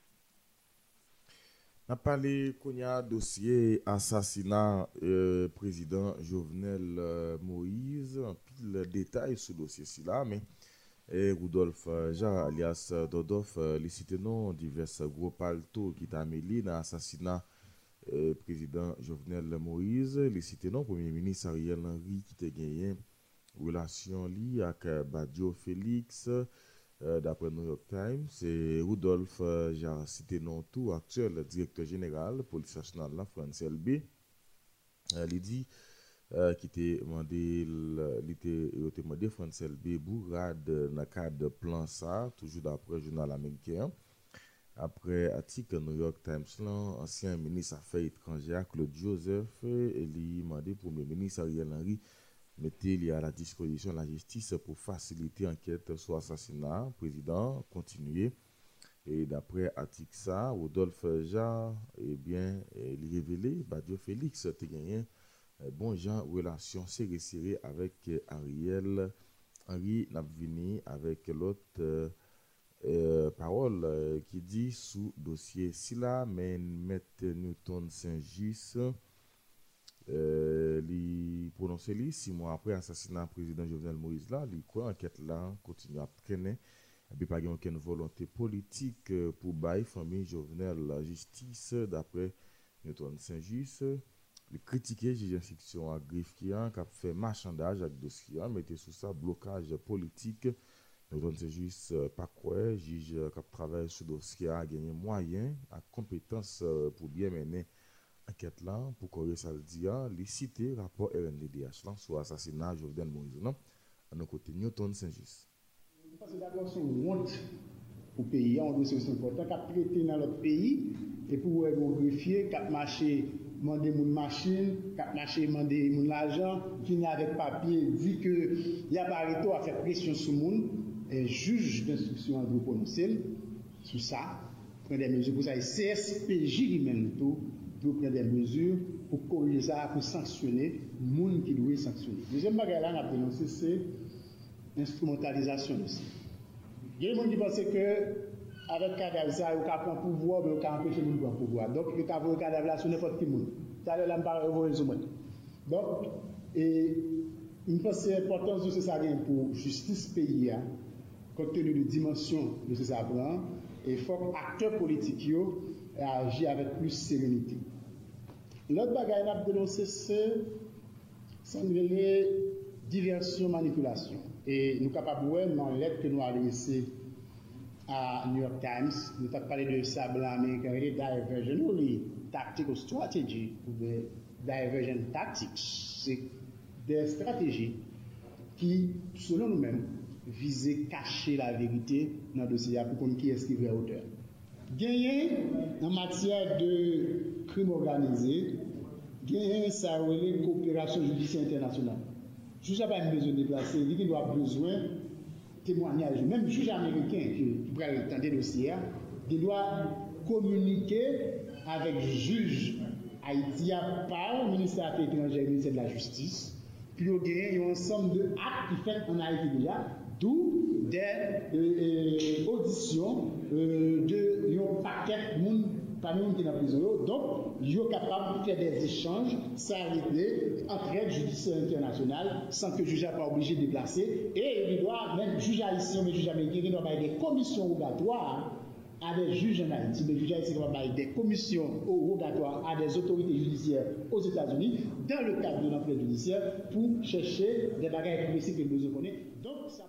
On a parlé qu'on y a dossier assassinat président Jovenel Moïse, un pile détail sur le dossier là, mais Rudolph Jean alias Dodov, les cités non divers gros palto qui t'a mêlé dans l'assassinat président Jovenel Moïse, les cités non premier ministre Ariel Henry qui t'a gagné relation liée avec Badio Félix. D'après New York Times, c'est Rudolph Jean cité non tout actuel directeur général police nationale la France LB. Il dit qui était demandé France LB bourrade dans le cadre de plan ça toujours d'après le journal américain. Après article New York Times, ancien ministre Affaires étrangères Claude Joseph lui demandé au Premier ministre Ariel Henry mettre à la disposition de la justice pour faciliter l'enquête sur l'assassinat. Président continuer. Et d'après article ça, Rodolphe Jarre, il révélé Badio Félix a gagné bon genre relation serrée avec Ariel Henry n'a venu avec l'autre parole qui dit sous dossier Sila mais Maître Newton Saint-Just li prononcé 6 mois après assassinat président Jovenel Moïse là, li quoi enquête là continue à traîner et puis pas aucune volonté politique pour bailler famille Jovenel la justice d'après Newton Saint-Just. Le critiquer juge d'instruction à Griffe qui a fait marchandage avec dossier mettez sous ça blocage politique. Nous c'est juste pas quoi juge qui travaille sur dossier a gagné moyen à compétence pour bien mener enquête là pour corriger ça le dit les citer rapport RNDDH là sur assassinat Jovenel Moïse non à nos côtés Newton Saint-Just. Parce que d'abord c'est une honte pour pays un dossier aussi important qu'a traité dans notre pays et pour un greffier qui a marché demander mon machine, qui a marché demander mon l'argent, qui n'a avec papier dit que il y a pas arrêté à faire pression sur monde et juge d'instruction doit prononcer sur ça, prendre des mesures pour ça et CSPJ lui-même tout doit prendre des mesures pour corriger ça, pour sanctionner monde qui doit sanctionner. Deuxième bagage là on a dénoncé c'est instrumentalisation aussi. Il y a des gens qui pensent que avec cadavre ça, il prend pouvoir, mais il peut empêcher le monde de prendre pouvoir. Donc, il peut avoir le cadavre là sur n'importe qui monde. Ça, là, je ne pas revoir sur moi. Donc, je pense que c'est important de ça pour justice pays, compte tenu de la dimension de ce savoir, et il faut que les acteurs politiques agissent avec plus de sérénité. L'autre bagage qu'on a dénoncé, c'est une diversion, manipulation. Et nous sommes capables de voir dans la lettre que nous avons laissée à New York Times, nous avons parlé de ça blanc américain, les diversion, les tactical strategy, ou des diversion tactics. C'est des stratégies qui, selon nous-mêmes, visent à cacher la vérité dans le dossier pour qu'on qui est qui est auteur. Gagner en matière de crime organisé, gagner ça relève coopération judiciaire internationale. Le juge n'a pas besoin de déplacer, il doit avoir besoin de témoignages. Même le juge américain qui va tenter le dossier, il doit communiquer avec le juge haïtien par le ministère des Affaires étrangères et le ministère de la Justice. Puis il y a un ensemble d'actes qui fait en Haïti déjà, d'où des auditions de un paquet de monde parmi nous qui sont dans la prison. Donc, ils sont capables de faire des échanges, s'arrêter, entraide judiciaire internationale, sans que le juge n'est pas obligé de déplacer. Et il doit, même juge haïtien, mais juge américain, il doit avoir des commissions rogatoires à des juges en Haïti. Mais le juge haïtien doit avoir des commissions rogatoires à des autorités judiciaires aux États-Unis, dans le cadre de l'enquête judiciaire, pour chercher des bagages précis que nous connaissons. Donc, ça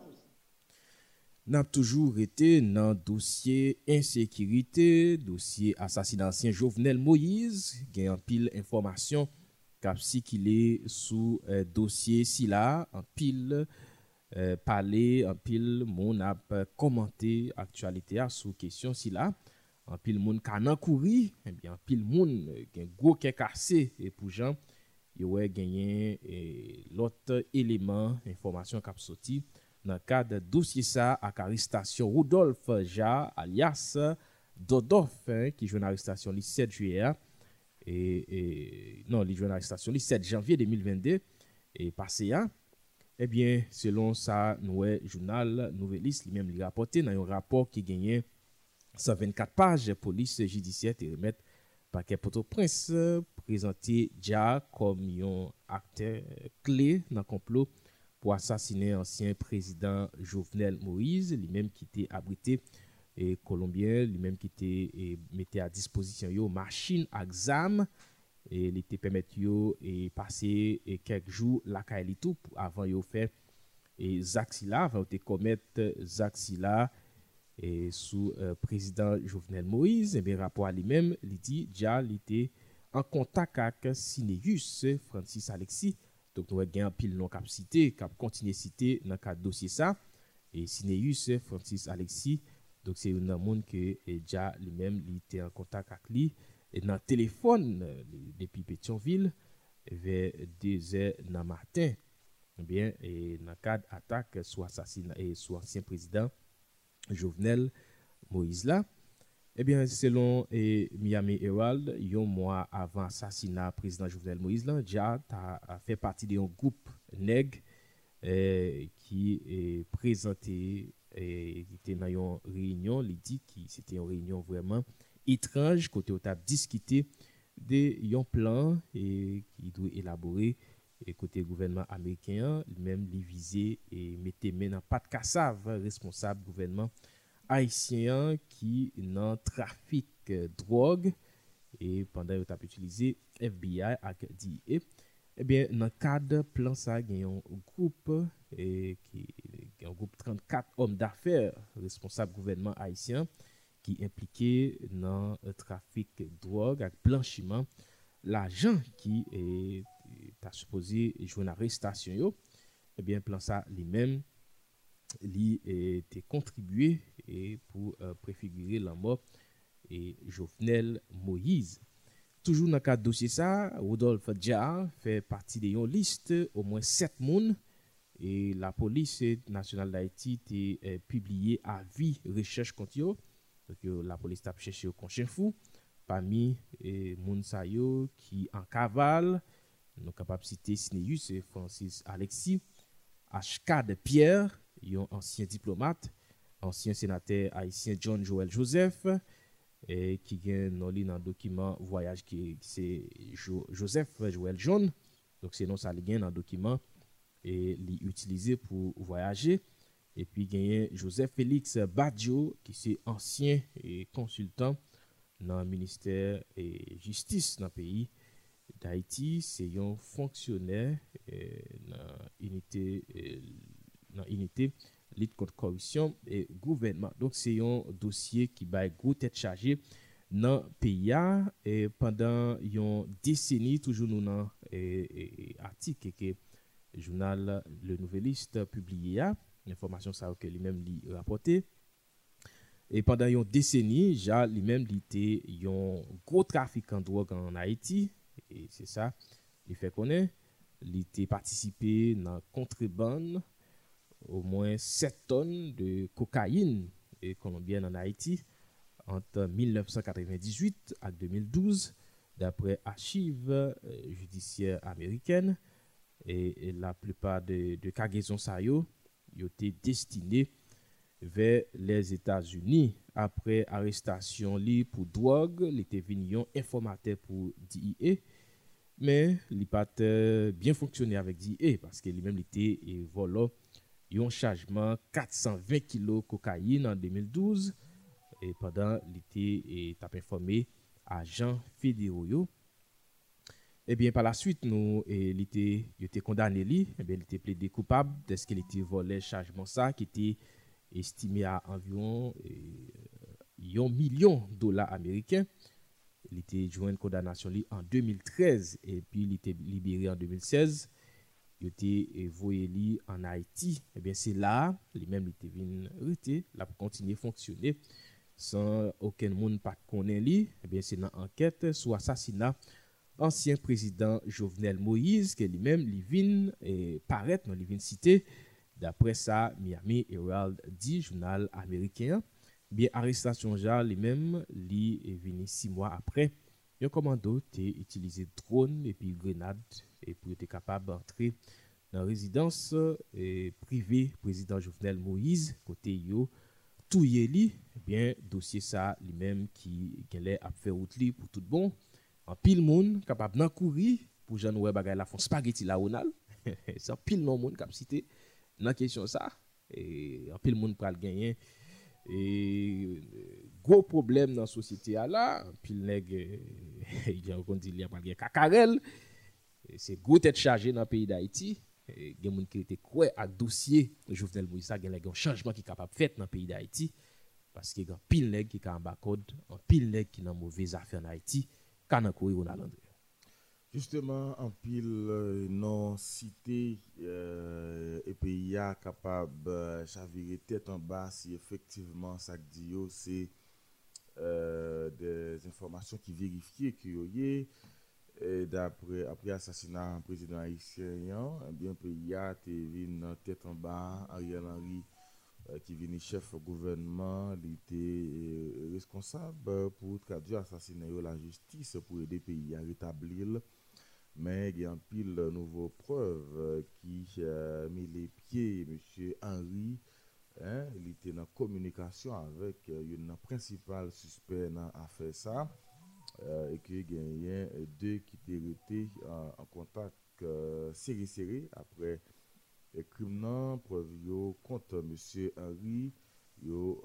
n'a toujours été dans dossier insécurité, dossier assassinat ancien Jovenel Moïse, il y a un pile information cap qu'il est sous dossier si là, un pile parler, un pile mon a commenté actualité sous question si là, un pile moun kanan kouri, et bien un pile moun gen gros qui cassé et pour Jean, il ouais gagné l'autre élément information cap sorti dans le cadre de dossier ça à l'arrestation Rodolphe Jarre alias Dodolphe qui joue une arrestation le 7 juillet et non il joue une arrestation le 7 janvier 2022 et passé eh bien selon ça nous journal Nouvelliste lui-même lui rapporté dans un rapport qui gagnait 124 pages police judiciaire et remettre paquet Port-au-Prince présenté Jarre comme un acteur clé dans le complot pour assassiner ancien président Jovenel Moïse, lui-même qui était abrité et colombien, lui-même qui était mettait à disposition yo machine à examen et il était permettre yo et passer quelques jours la tout avant yo faire et Zaxila avant de commettre Zaxila et sous président Jovenel Moïse et bien rapport à lui-même il dit déjà il était en contact avec Sinéus Francis Alexis. Donc, nous avons un pile non cap cité, cap continuer cité dans le cadre dossier ça. Et Sinéus Francis Alexis, Donc c'est un monde que déjà lui-même il était en contact avec lui et dans téléphone depuis Pétionville vers 2h dans matin. Eh bien et dans cadre attaque sur assassinat et sur ancien président Jovenel Moïse là. Eh bien, selon Miami Herald, un mois avant l'assassinat du président Jovenel Moïse, déjà a fait partie d'un groupe nègre qui est présenté, qui était dans une réunion, il dit que c'était une réunion vraiment étrange, côté où on a discuté d'un plan qui doit élaborer côté gouvernement américain, même les viser et mettre main dans pas de cassave responsable gouvernement haïtien qui dans trafic drogue et pendant qu'il a utilisé FBI avec DIA. Eh bien dans cadre plan ça il y a un groupe qui un groupe 34 hommes d'affaires responsables gouvernement haïtien qui impliqué dans trafic drogue avec blanchiment l'argent qui est supposé jouer une arrestation yo. Eh bien plan ça lui-même li était contribué et pour préfigurer la mort et Jovenel Moïse. Toujours dans le cadre de dossier ça, Rodolphe Dia fait partie de une liste au moins 7 personnes et la police nationale d'Haïti a publié avis recherche contre eux. Donc la police a cherché au chien fou parmi moun sa yo qui en cavale, nous capable citer Sneus et Francis Alexis, Ashkad Pierre, un ancien diplomate, ancien sénateur haïtien John Joel Joseph, et qui gagne dans le document voyage qui c'est Joseph Joel John. Donc c'est non ça li gagne dans document et li utilisé pour voyager. Et puis gagne Joseph Félix Badjo qui c'est ancien consultant dans le ministère et justice dans le pays d'Haïti, c'est un fonctionnaire dans l'unité lutte contre corruption et gouvernement. Donc c'est un dossier qui va gros tête chargée dans le pays et pendant une décennie toujours nous dans article que le journal Le Nouvelliste publié l'information ça que lui-même lui rapporté. Et pendant une décennie, lui-même il était un gros trafiquant de drogue en Haïti et c'est ça il fait connaître il était participé dans contrebande au moins 7 tonnes de cocaïne colombienne en Haïti entre 1998 et 2012 d'après archives judiciaires américaines et la plupart de cargaisons ça yo étaient destinées vers les États-Unis. Après arrestation li pour drogue, il était venu informateur pour DIA, mais il n'a pas bien fonctionné avec DIA parce que lui-même était volé un chargement 420 kg cocaïne en 2012 et pendant l'été t'a informé agents fédéraux. Et bien par la suite nous il était condamné il était plaidé coupable de ce qu'il était volé chargement ça qui était estimé à environ $1 million américains. Il était joint une condamnation en 2013 et puis il était libéré en 2016. Il était envoyé en Haïti. Et bien c'est là, lui-même il était venu rester, là pour continuer à fonctionner sans aucun monde pas connaît lui. Et bien c'est dans enquête sur assassinat ancien président Jovenel Moïse que lui-même il vient paraître dans il cité. D'après ça, Miami Herald dit, journal américain, bien arrestation lui-même, lui est venu 6 mois après. Un commando a utilisé drone et puis grenade et pour être capable d'entrer dans la résidence privée président Jovenel Moïse côté yo touye li. Bien dossier ça lui-même qui galait à faire route li pour tout bon. En pile monde capable d'en courir pour Jean ouais bagay la font spaghetti la Ronald. C'est pile non monde cap cité dans question ça et en pile monde pral gagner et gros problème dans la société là pile nèg il y a on dit il y a pas cacarel c'est gros tête chargée dans le pays d'Haïti et gen moun qui était quoi avec dossier Jovenel Moïse ça gen un changement qui capable fait dans le pays d'Haïti parce que gen pile nèg qui en bas code en pile nèg qui dans mauvaise affaire en Haïti quand courir on a l'endroit. Justement, en pile non cité et pays capable chavirer tête en bas si effectivement ça que dit yo, c'est des informations qui vérifient que y d'après après assassinat président haïtien, eh bien pays a été tête en bas Ariel Henry qui vient chef gouvernement, il était responsable pour traduire assassinat la justice pour aider pays à rétablir, mais il y a un pile nouveau preuve qui met les pieds monsieur Henry. Hein, il était en communication avec une principal suspect dans l'affaire ça et que gagné deux qui étaient en contact serré après le crime preuve yo contre monsieur Henry yo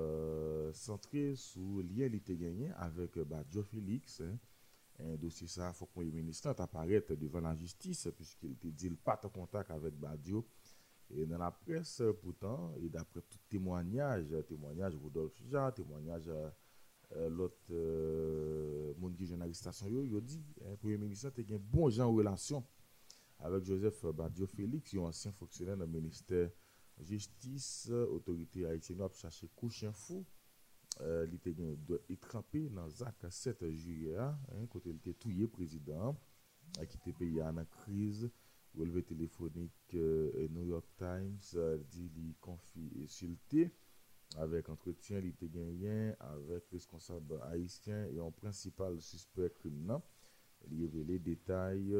centré sur lien il était gagné avec Badjo Félix. Hein, un dossier ça faut que le premier ministre apparaisse devant la justice puisqu'il était dit pas en contact avec Badjo. Et dans la presse, pourtant, et d'après tout témoignage Rodolphe Jean, témoignage l'autre monde qui journaliste station, il dit le Premier ministre a une bonne gens en relation avec Joseph Badio Félix, un ancien fonctionnaire dans le ministère de la Justice, autorité haïtienne, a cherché couchien fou. Il était trempé dans ZAC 7 juillet, côté il était tué président, qui était payé en crise. Relevé téléphonique New York Times dit qu'il consulté avec entretien il était gagné avec responsable haïtien et un principal suspect criminel. Il révélé des détails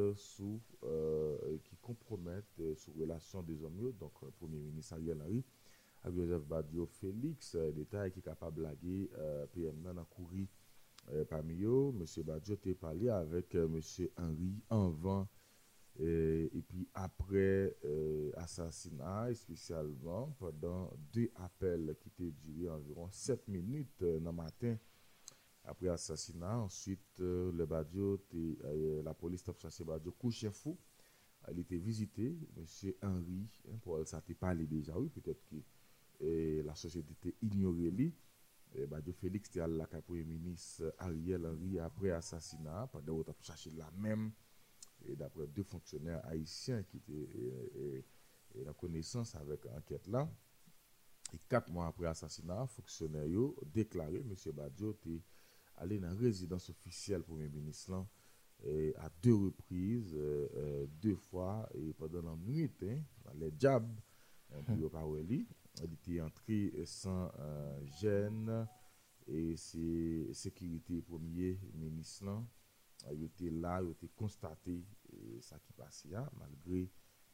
qui compromettent sur relation des hommes donc premier ministre Ariel Henry avec Joseph Badio Félix, détails qui est capable de blaguer PM dans courri parmi eux. Monsieur Badio a parlé avec monsieur Henry avant et puis après assassinat, spécialement pendant deux appels qui étaient durés environ 7 minutes dans le matin après assassinat. Ensuite, le Badio, la police a cherché Badio couché fou. Il était visité, monsieur Henry, pour ça t'est parlé déjà, oui, peut-être que la société était ignorée lui. Badio Félix était à la Premier ministre Ariel Henry après assassinat, pendant qu'on a cherché la même. Et d'après deux fonctionnaires haïtiens qui étaient en connaissance avec l'enquête là, et 4 mois après l'assassinat, fonctionnaires ont déclaré M. Badio était allé dans la résidence officielle Premier ministre là, à 2 reprises, 2 fois, et pendant la nuit, dans les jabs, pour parler, il était entré sans gêne et c'est sécurité Premier ministre là. Il était là, il était constaté ça qui passait là, malgré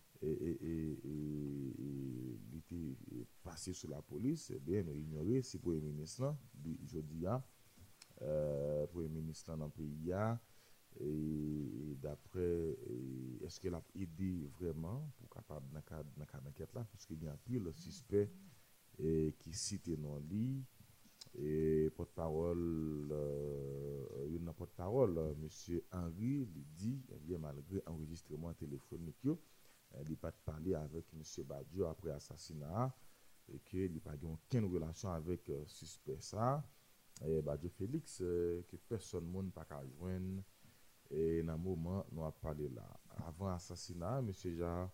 il était passé sur la police, bien ignoré si Premier ministre, je dis Premier ministre dans le pays, et d'après, est-ce qu'elle a aidé vraiment pour capable dans le cas d'enquête là, puisqu'il y a plus le suspect qui cite non lui. Et porte-parole, une porte-parole, monsieur Henry, il dit, bien malgré enregistrement téléphonique, il n'a pas parlé avec monsieur Badio après l'assassinat et qu'il n'a pas eu aucune relation avec suspect ça. Et Badio Félix, que personne ne peut pas joindre. Et dans le moment, nous avons parlé là. Avant l'assassinat, monsieur Jean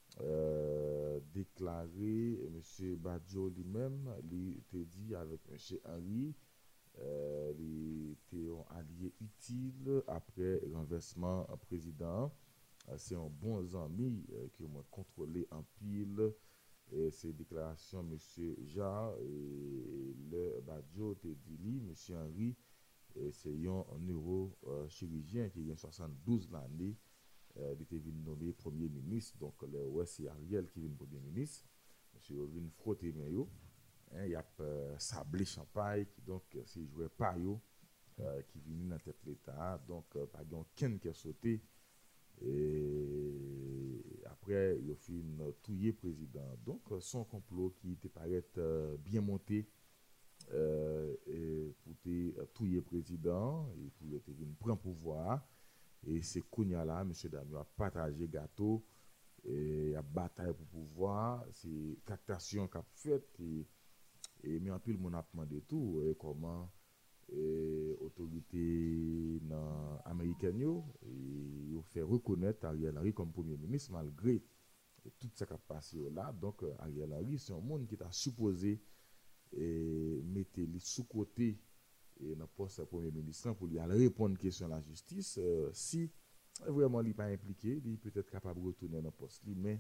déclaré, M. Badio lui-même, il était dit avec M. Henry, il était un allié utile après le renversement président. C'est un bon ami qui m'a contrôlé en pile. Et ces déclarations, M. Jean, et le Badio était dit, M. Henry, c'est un neurochirurgien qui a 72 l'année. Il était venu nommer Premier ministre, donc c'est Ariel qui vient Premier ministre. Monsieur vient frotter maillot, il y a sablé champagne, donc c'est joué Payo qui vient dans tête l'État, donc pas aucun qui a sauté. Et après, il a fait une touiller président. Donc son complot qui était paraît bien monté pour touiller président et pour venir prendre pouvoir. Et c'est Kounia là, M. Damio a partagé gâteau, et a bataille pour pouvoir, c'est captation qu'a fait, et mais en plus, le monde a demandé tout, et comment et autorité américaine yo fait reconnaître Ariel Henry comme premier ministre malgré tout ce qui a passé là. Donc Ariel Henry c'est un monde qui t'a supposé mettre les sous côté et dans poste premier ministre pour lui aller répondre question de la justice si vraiment il pas impliqué il peut être capable de retourner dans poste mais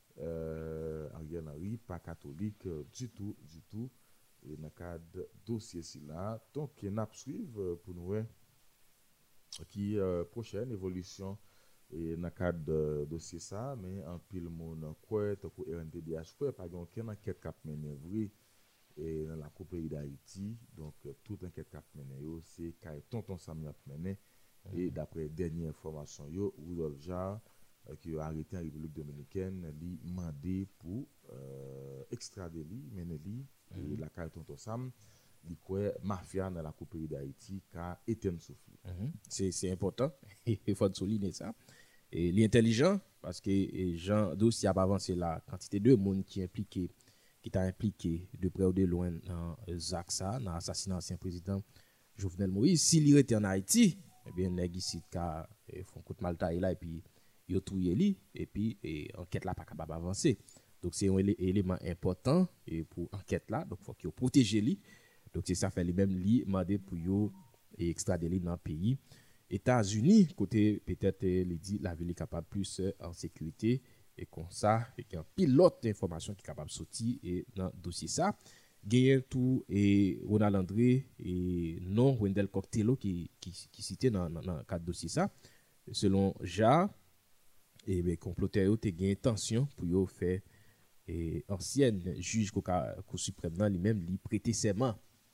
Ariel Henry pas catholique du tout et dans le cadre dossier là donc on a suivre pour nous qui prochaine évolution et dans le cadre dossier ça mais en pile monde quoi pour RNTDH quoi pas aucune enquête cap mené vrai et dans la Coupe d'Haïti donc toute enquête cap mené c'est tonton Samuel mené et d'après dernière information yo Rudolph Jarre qui a arrêté en République dominicaine lui demandé pour extrader lui mener lui et la carte tonton Sam li quoi mafia dans la Coupe d'Haïti car Etienne Souffle c'est important il faut souligner ça et l'intelligent parce que Jean dossier a pas avancé la quantité de monde qui t'a impliqué de près ou de loin dans Zaksa dans l'assassinat de l'ancien président Jovenel Moïse s'il était en Haïti eh bien nèg ici ka font coup de maltaille là et puis yo touye li et puis enquête là pas capable avancer donc c'est un élément important et pour enquête là donc faut qu'il protège li donc c'est ça fait lui même li demander pour yo extrader li dans le pays États-Unis côté peut-être il dit la ville est capable plus en sécurité et comme ça et qu'il y a un pilote d'information qui est capable de sortir et dans dossier ça gagner tout et Ronald André et non Wendell Cocktailo qui cité dans cadre dossier ça selon Ja et ben comploteur ont gagné intention pour yo faire et ancienne juge Cour suprême dans lui-même lui prêter serment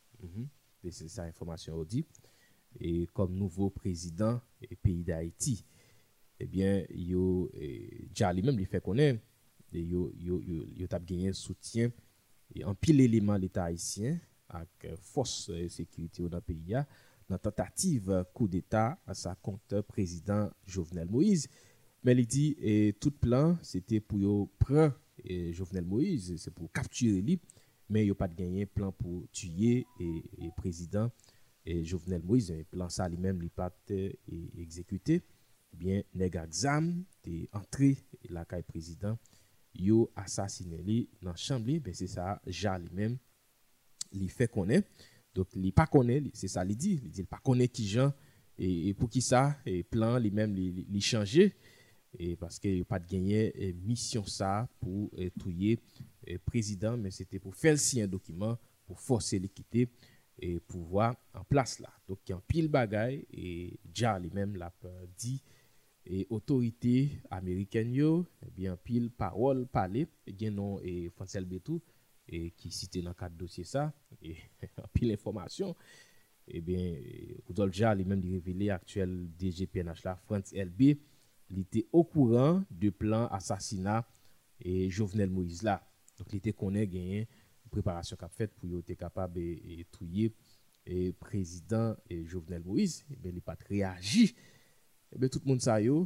c'est ça information dit et comme nouveau président et pays d'Haïti eh bien yo Ja lui-même lui fait connaître yo t'a gagné soutien et en pile élément l'état haïtien avec force sécurité dans le pays dans tentative coup d'état à sa compte président Jovenel Moïse mais il dit tout plan c'était pour yo prendre Jovenel Moïse c'est pour capturer lui mais yo pas de gagner plan pour tuer et président Jovenel Moïse plan ça lui-même il pas exécuté bien nèg exam t'est entré la caille président yo assassiné li dans chambre ben c'est ça Ja lui-même li fait connaître donc li pas connaît c'est ça il dit pas connaît qui gens et pour qui ça et plan lui-même li changer et parce que il pas de gagner mission ça pour touyer président mais c'était pour faire signer un document pour forcer l'équité et pouvoir en place là donc il y a un pile bagaille et Ja lui-même l'a dit et autorité américaine yo bien pile parole parler gen non et Francel Betou et qui cité dans cadre dossier ça et pile information et bien Rudolph Jarre lui-même dit révélé actuel DGPNH là France LB il était au courant de plan assassinat et Jovenel Moïse là donc il était connaît gagné préparation qu'a fait pour être capable et touyer et président et Jovenel Moïse et bien il pas réagi. Eh bien, tout le monde ça yo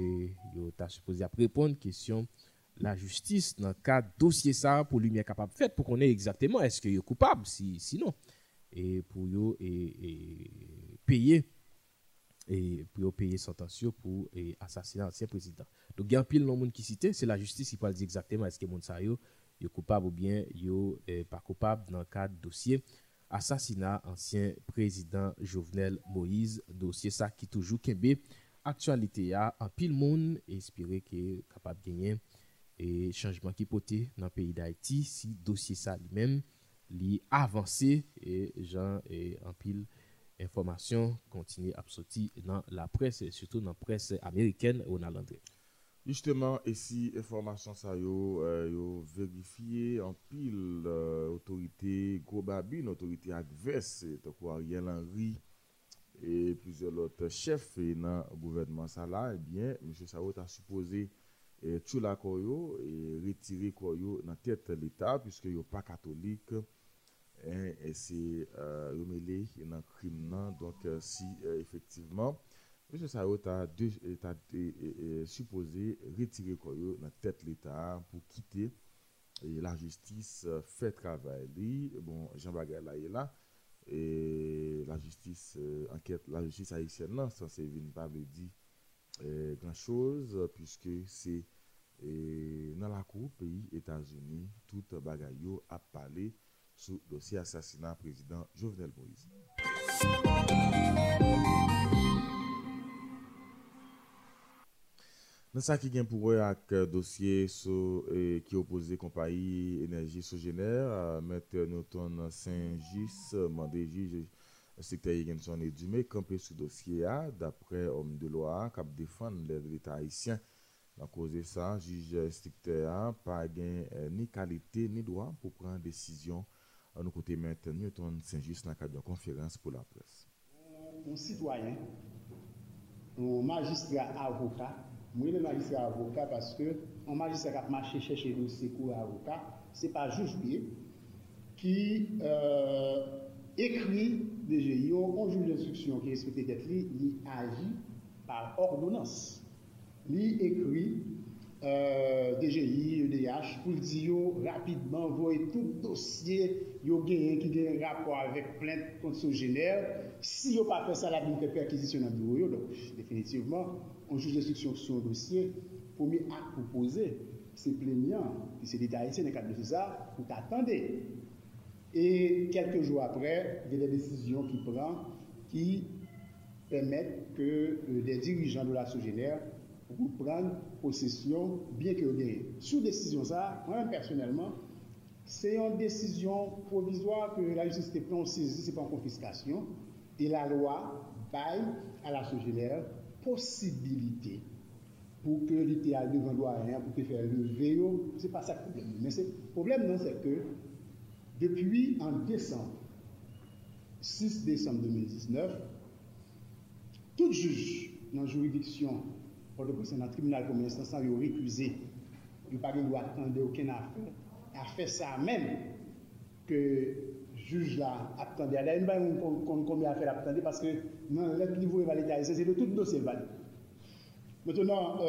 t'a supposé répondre question la justice dans le cadre dossier ça pour lui capable faire pour qu'on ait exactement est-ce que est coupable sinon et pour yo payer et pour payer sentence pour assassiner ancien président donc il y a un pile non monde qui cité c'est la justice qui peut dire exactement est-ce que monde ça yo coupable ou bien yo pas coupable dans le cadre dossier assassinat ancien président Jovenel Moïse dossier ça qui toujours kembe actualité a en pile monde espérer que capable gagner et changement qui poté dans le pays d'Haïti si dossier ça lui-même li avancé et gens et en pile information continue à sortir dans la presse et surtout dans la presse américaine Ronald André. Justement, ici, information ça yo vérifié en pile autorité gros babine, autorité adverse, donc Ariel Henry et plusieurs autres chefs dans le gouvernement ça là, eh bien, M. Sao a supposé tuer la Koyo et retirer Koyo dans tête de l'État puisque yo pas catholique et c'est mêlé dans crime donc si effectivement M. Sao a supposé retirer Koyo dans tête de l'État pour quitter et la justice fait travail bon Jean Bagay là et la justice enquête la justice haïtienne non ça c'est vinn pas veut dire grand chose puisque c'est dans la cour pays États-Unis toute bagaille yo a parlé sur dossier assassinat président Jovenel Moïse. Dans ça qui vient pour avec dossier qui opposé compagnie énergie sogénaire maître Newton Saint-Just mandé juge secteur Higginson et Dumé campé sur dossier a d'après homme de loi qui défendre l'État haïtien. À cause de ça, juge instructeur pas gain ni qualité ni droit pour prendre décision à nos côtés maître Newton Saint-Just dans le cadre de conférence pour la presse. Un citoyen, un magistrat avocat, moi le magistrat avocat parce que un magistrat qui a marché chercher le secours avocat, c'est pas juge qui écrit DGI, un juge d'instruction qui respecte tête il agit par ordonnance. Il écrit DGI, EDH pour dire rapidement voyer tout dossier qui a un rapport avec plainte contre sogénaire. Si vous pas fait ça, la fait perquisition dans le bureau. Donc, définitivement, on juge d'instruction sur un dossier. Premier acte proposé, c'est plaignant, qui c'est l'État haïtien dans le cadre de ça, vous attendez. Et quelques jours après, il y a des décisions qui prennent qui permettent que des dirigeants de la sogénaire pour prendre possession bien que vous gagnez. Sous décision ça, moi personnellement, c'est une décision provisoire que la justice prend saisie, c'est pas en confiscation, et la loi baille à la sogénaire possibilité pour que l'État devant doyen pour faire lever, c'est pas ça le problème. Mais le problème non, c'est que depuis en décembre, 6 décembre 2019, tout juge dans la juridiction pour le tribunal comme instance, il a récusé, il n'a pas le droit d'attendre aucune affaire, a fait ça même que le juge là attendait. Il n'y a pas combien d'affaires attendait parce que dans le niveau évalué, c'est de tout le dossier évalué. Maintenant,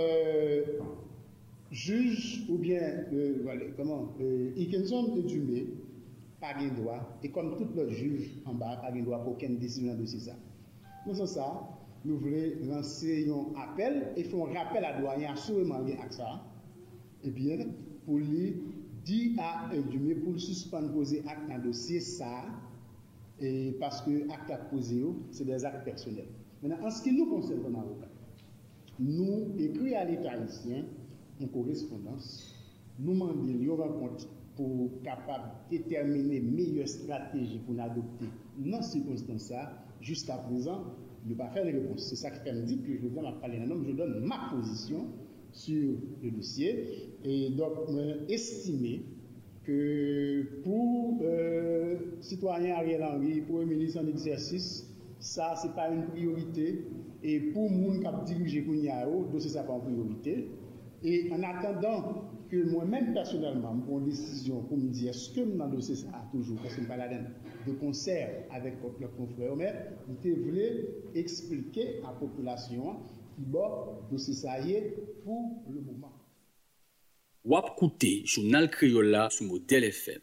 juge ou bien, Higginson et Dumé, pas de droit, et comme tout le juge en bas, pas de droit pour aucune décision dans le dossier. Dans ça, nous voulons lancer un appel et faire un rappel à doyen assurément lié à ça. Et bien, pour lui dire à Dumé pour suspendre poser acte dans le dossier, ça, et parce que acte à poser, c'est des actes personnels. Maintenant, en ce qui nous concerne comme avocat, nous écrivons à l'État haïtien une correspondance, nous demandons une rencontre pour capable déterminer meilleure stratégie pour nous adopter dans ces circonstances-là. Jusqu'à présent, ne pas faire de réponse. C'est ça qui fait me dire que je vais parler d'un homme, je donne ma position sur le dossier. Et donc, estimer que pour citoyen Ariel Henry, pour un ministre en exercice, ça, ce n'est pas une priorité. Et pour les gens qui dirigent Kounyao, dossier, ça n'est pas une priorité. Et en attendant que moi-même, personnellement, je prends une décision pour me dire est-ce que dans le dossier, ça a toujours, parce que je ne parle pas de concert avec le confrère, mais je voulais expliquer à la population qui le dossier, ça y est, pour le moment. Wap Kouté, journal Criolla sous modèle FM.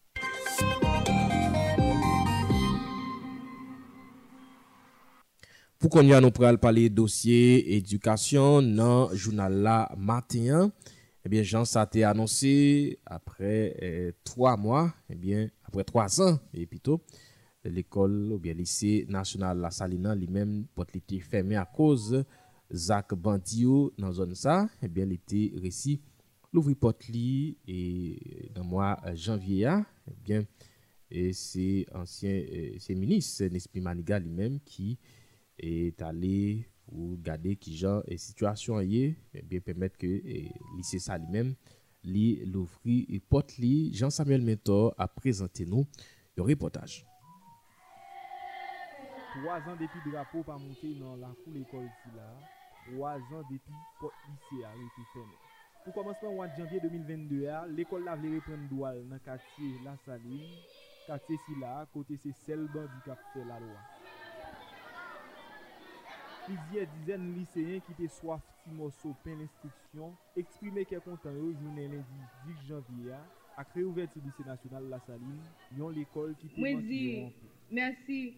Pour qu'on y a nous parler dossier éducation dans journal là matin. Eh bien, Jean, ça a été annoncé après 3 mois, eh bien, après 3 ans, et plutôt, l'école ou bien lycée national La Salina, lui-même, porte l'été fermé à cause Zach Bandio dans zone ça, eh bien, l'été récit, l'ouvrir porte li et dans le mois janvier, eh bien, et c'est ancien, c'est ministre Nespi Maniga lui-même qui est allé pour garder qui genre et situation est bien permettre que lycée ça lui-même l'ouvrir et porte li Jean-Samuel Mentor a présenté nous le reportage. 3 ans depuis drapeau pas monté dans la cour l'école là, 3 ans depuis porte lycée a été fermé. Pour commencer au mois de janvier 2022, l'école là voulait reprendre doual dans quartier La Saline, quartier si là côté c'est celle bandi qui a fait la loi. Plusieurs dizaines de lycéens qui étaient soif morceau pain l'instruction exprimaient qu'ils sont contents de journée lundi 10 janvier à créer ouverture du lycée national La Saline, une l'école qui était merci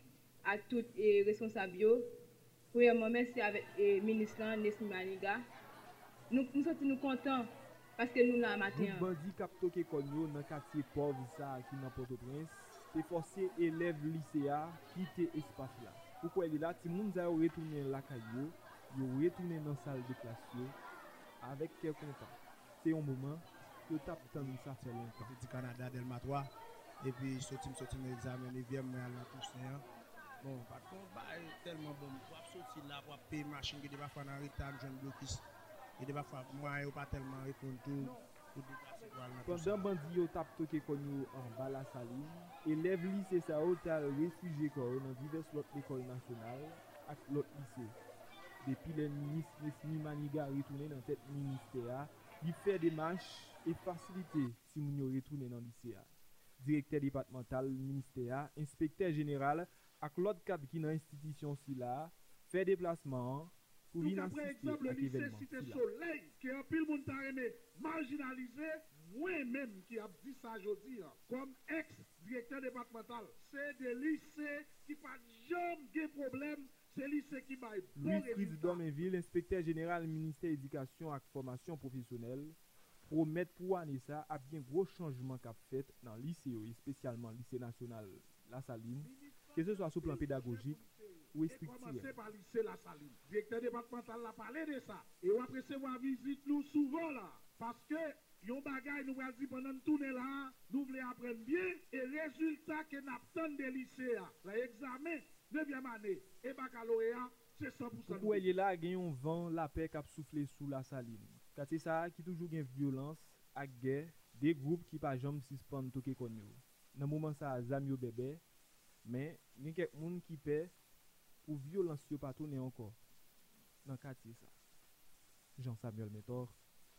à tous les responsables. Premièrement, merci avec le ministre Nesmi Maniga. Nous sommes contents parce que nous là matin. Groupe bandi k'ap toke konyo dans quartier pauvre ça qui dans Port-au-Prince, te forcé élèves lycéens quitter espace là. Pourquoi il est là? Ti moun za retourner la caillou, yo retourner dans salle de classe yo avec quel content. C'est un moment que tape tant ça fait longtemps. Du Canada Delma 3 et puis sorti l'examen 9e moi à la Toussaint. Bon, par contre, bah tellement bon, pour sortir là pour payer machine qui va faire en retard, jeune blocus. Et de faire moi pas tellement répondre tout pour déplacer pour aller. Pendant bandi yo tap toke konyo en bas la saline, élèves lycée ça hôtel réfugié ko dans diverses autres écoles nationales ak l'autre lycée. Depuis le ministre Nesmi Maniga retourné dans tête ministère, il fait des marches et faciliter si moun yo retourner dans lycée. Directeur départemental ministère, inspecteur général ak l'autre cadre qui dans institution si là, fait déplacement pour venir assister à l'événement. Cité Soleil, qui a pile moun ta aimé marginalisé, moi-même qui a dit ça aujourd'hui, comme ex-directeur départemental, c'est des lycées qui pas jamais de problème, c'est lycée qui baille Louis Fritz Domenville, inspecteur général ministère éducation et formation professionnelle, promet pour année ça a bien gros changement qu'a fait dans le lycée et spécialement le lycée national La Saline, que ce soit sur le plan pédagogique ou structurel. Commencer par lycée La Saline. Directeur départemental a parlé de ça. Et on va recevoir visite nous souvent là. Parce que yon bagay nous va dire pendant tourner là, nous voulons apprendre bien et résultat que nous attendons des lycéens. L'examen 9e année et baccalauréat, c'est 100%. Pour elle est là, il y a un vent, la paix qui a soufflé sous La Saline. Car c'est ça qui toujours une violence, à guerre, des groupes qui pas jamais suspendent toke konyo. Dans le moment ça, zami yo bébé, mais il y a quelques gens qui paient pour violence yo pas tourner encore. Dans le quartier ça. Jean-Samuel Métor.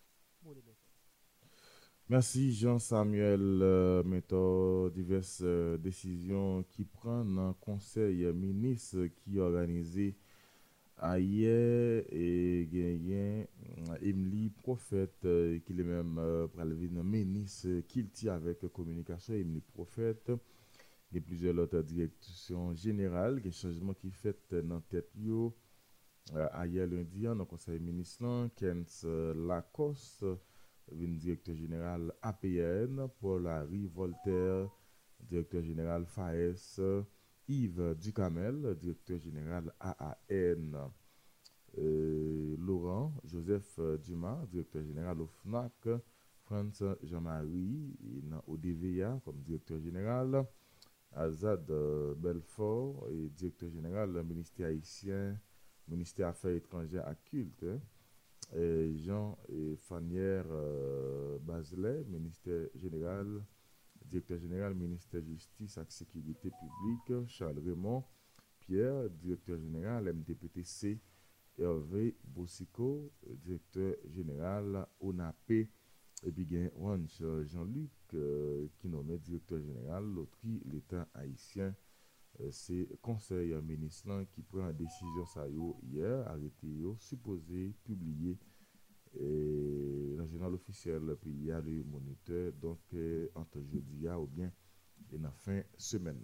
Merci Jean-Samuel Métor. Diverses décisions qui prennent dans le conseil ministre qui organisé hier et gagné Emily Prophète qui est même prélevé dans ministre qui tient avec communication Emily Prophète. Il y a plusieurs autres directions générales, des changements qui fait dans tête yo. Hier lundi dans le conseil ministre Kens Lacoste, directeur général APN, Paul-Henri Voltaire, directeur général FAES, Yves Ducamel, directeur général AAN, Laurent Joseph Dumas, directeur général OFNAC, France Jean-Marie ODVA comme directeur général, Azad Belfort, et directeur général ministère haïtien, ministère Affaires étrangères et culte, Jean et Fanière Bazelet, ministère général, directeur général, ministère Justice et Sécurité publique, Charles Raymond Pierre, directeur général, MDPTC, Hervé Bossico, directeur général, ONAP, et puis Jean-Luc qui nommé directeur général, loterie l'État haïtien. C'est le conseil ministre qui prend la décision ça hier, arrêté supposé publier dans le journal officiel, puis il y a le moniteur, donc entre jeudi ou bien et la fin semaine.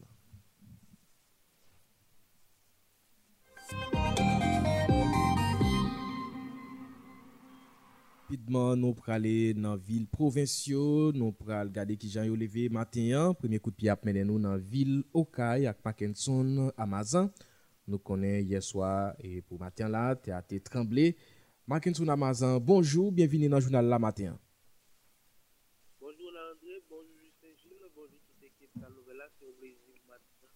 Rapidement, nous pour aller dans ville provinciale, nous pour regarder qui Jean levé matin, premier coup de pied à mener nous dans ville Okaï avec Mackinson Amazon. Nous connaissons hier soir et pour matin là, théâtre tremblé. Mackinson Amazon, bonjour, bienvenue dans le journal la matin. Bonjour André, bonjour Justin Gilles, bonjour toute l'équipe de la nouvelle, c'est un plaisir matin.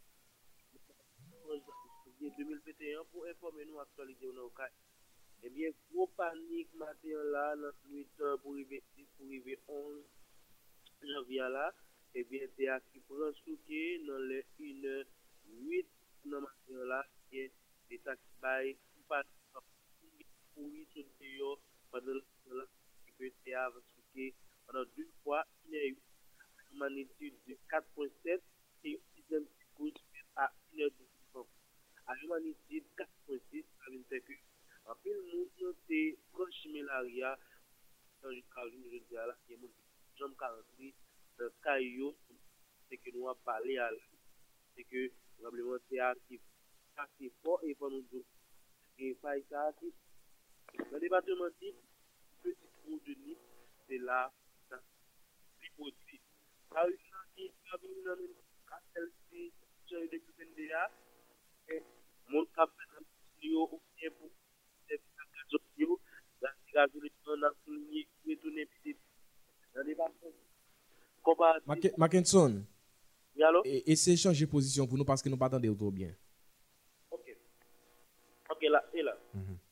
2021 pour informer nous actualité au Okaï. Eh bien, gros panique matin là, dans 8 heures pour arriver 11 janvier là. Eh bien, c'est à qui prend souquet dans les 1h08 dans matin là. Et c'est à qui baille pour 8 heures pendant la que c'est à souquet pendant 2 fois 1h08. Magnitude de 4.7 et 6e coup à 1h10. À magnitude 4.6, ça veut dire que en fait, nous sommes proches de Melaria, dans le cas où je dis là, qui est mon jambe 48, dans le cas où c'est que nous avons parlé à c'est que probablement c'est actif assez fort et pour nous dire et faille ça qui dans le département type petit trou de nid c'est là ça l'hypothèse par exemple qui a venu dans le cartel si j'ai de PNDA et mon cap yo ou bien pour des yo la résolution n'a souligné retourner dans le département Mackinson. Oui, allô? Et c'est changer position pour nous parce que nous pas attendons trop bien. Ok. Ok, là, et là.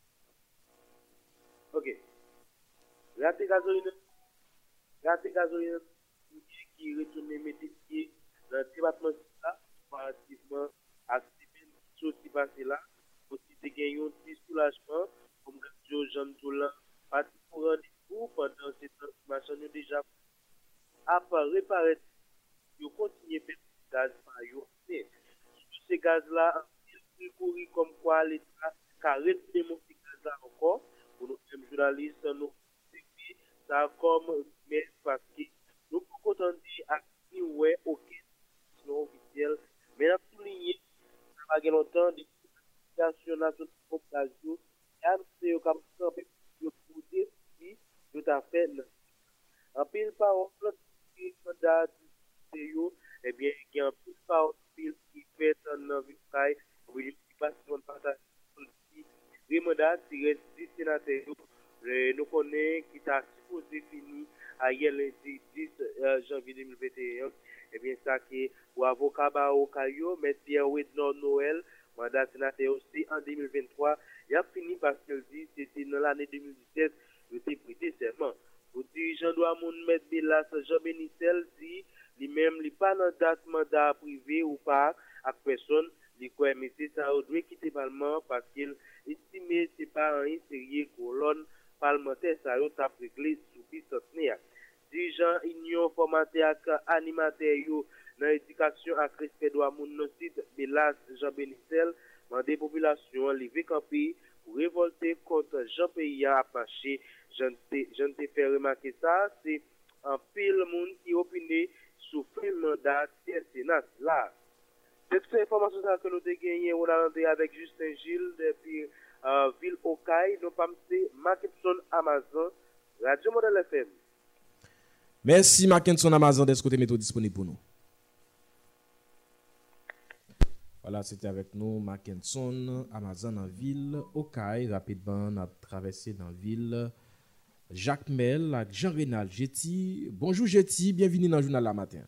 Ok. Raté gasoline qui retourne métier dans le département là, comparativement à ce qui passe là, aussi de gagner un petit soulagement, comme Jean Toulan, parti pour rendez-vous pendant cette transformation déjà à réparer, ils continuent à faire gaz par eux. Ces gaz-là, ils courent comme quoi l'État arrête de monter gaz là encore. Pour nous, même journalistes, nous, ça comme, mais parce que nous pouvons contenter à qui, ouais, ok, sinon officiel, mais nous souligner, ça va longtemps, des situations nationales comme la joue, et nous, comme ça, pour dire si tout à fait, en pile parole, mandat eh bien, il y a un peu de qui fait un vitrail pour une participation de partage de mandat, c'est 10 sénateurs. Nous connaissons qui a supposé fini hier lundi 10 janvier 2021. Eh bien, ça qui pour avocat Bao Kayo, M. Pierre-Wednon Noël, mandat sénateur aussi en 2023, il a fini parce qu'il dit que c'était dans l'année 2017, il était prêté serment. Pour dirigeant doit mon mettre Belas Jean Benicel dit lui-même li pas dans date mandat privé ou pas à personne li quoi mais c'est ça doit quitter parlement parce qu'il estime c'est pas un sérieux colonne parlementaire ça yo t'a réglé sous puissance dirigeant union formateur animateur yo dans éducation à respect doit mon site Belas Jean Benicel mandé population lever camper pour révolter contre Jean Paysan Apache. Je ne te fais remarquer ça, c'est un pile monde qui opine sous le mandat du Sénat là. C'est toute information que nous avons gagné, on a rentré avec Justin Gilles depuis Ville Okaï, nous sommes Mackinson Amazon, Radio Modèle FM. Merci Mackinson Amazon d'être côté méthode disponible pour nous. Voilà, c'était avec nous Mackinson Amazon en ville Okaï, rapidement on a traversé dans ville Jacques Mel avec Jean-Rénal Jetty. Bonjour Jetty, bienvenue dans le journal la matin.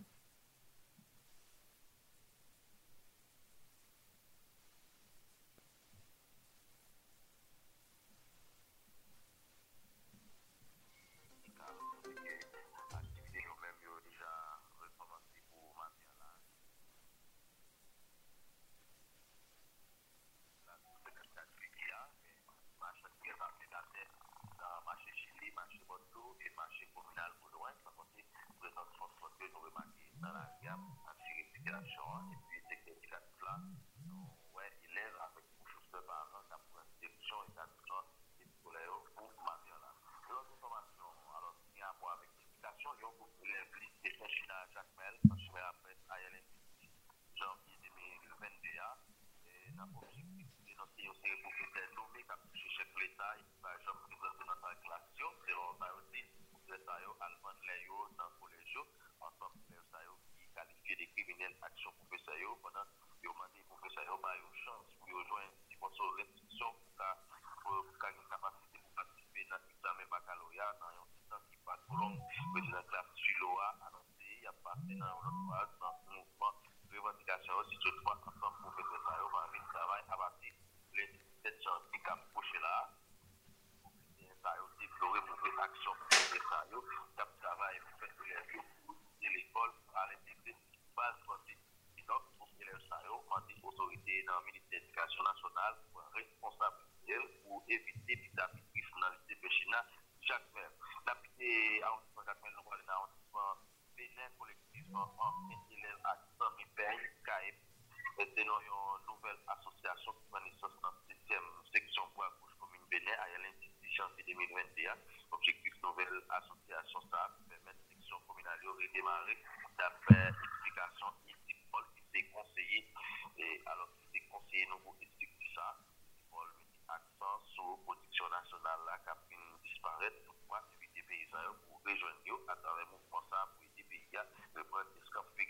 d'après explication ici, Paul, qui s'est conseillé, et alors qui s'est conseillé, nous,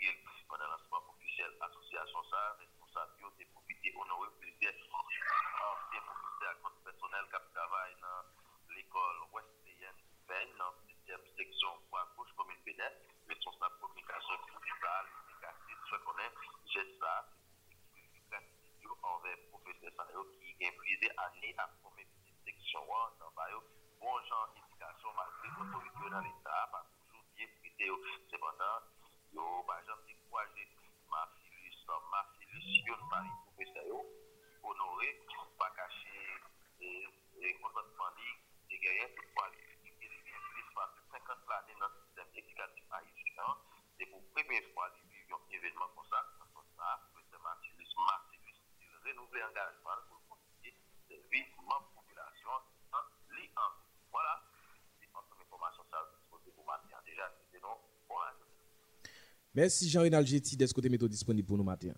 pile pendant le lancement officiel association ça responsable de profiter honorer plusieurs anciens professeurs et compte personnel qui travaillent dans l'école ouest-indienne dans la 7e section pour gauche commune Bénin responsable communication principale éducatif soit connaît geste ça envers professeur Sayo qui est prisé année à former petite section dans Bayo bon genre d'éducation malgré l'autorité dans l'État pas toujours bien prité cependant yo par exemple décourager Marcellus yo ne pas professeur yo honoré pas cacher et contentement de gagner toutefois il devient plus parce que 50 années dans le système éducatif haïtien c'est pour première fois de vivre un événement comme ça professeur Marcellus renouveler engagement pour continuer servir ma population en liant. Voilà, c'est une information ça disposée pour matin. Déjà, c'est non. Voilà. Merci Jean-Renal Getty de ce côté méthode disponible pour nous matin.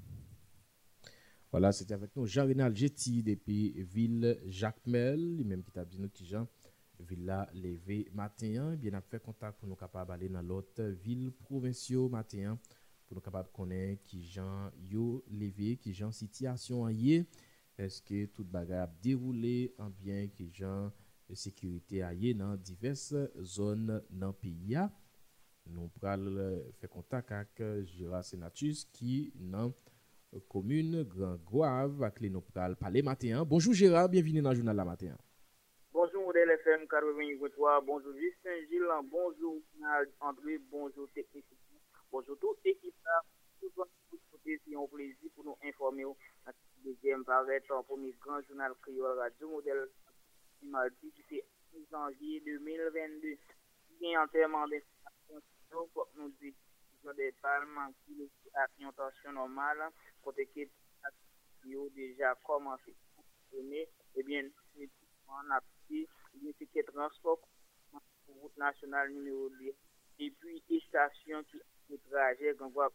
Voilà, c'était avec nous Jean-Renal Getty depuis ville Jacmel, lui-même qui t'a dit nous qui Jean Villa levé matin, bien a fait contact pour nous capable aller dans l'autre ville provinciaux matin. Pour nous capables de connaître qui gens yo levé, qui gens situation aille, est-ce que toute bagarre a déroulé en bien qui gens de sécurité aille dans diverses zones dans pays. Nous pral faire contact avec Gérard Senatus qui dans commune Grand Goave avec les nous pral parler matin. Bonjour Gérard, bienvenue dans le journal la matin. Bonjour modèle FM 88.3, bonjour Justin Gilles, bonjour André, bonjour technicien. Bonjour toute l'équipe là, tout c'est un plaisir pour nous informer à deuxième paraître en premier grand journal créole radio modèle mardi du 11 janvier 2022. Bien en termes d'information, pour nous dire des palmes qui a une intention normale, côté que déjà commencé à fonctionner, et bien on a pris une ticket transport pour route nationale numéro 10 et puis une station qui le trajet qu'on voit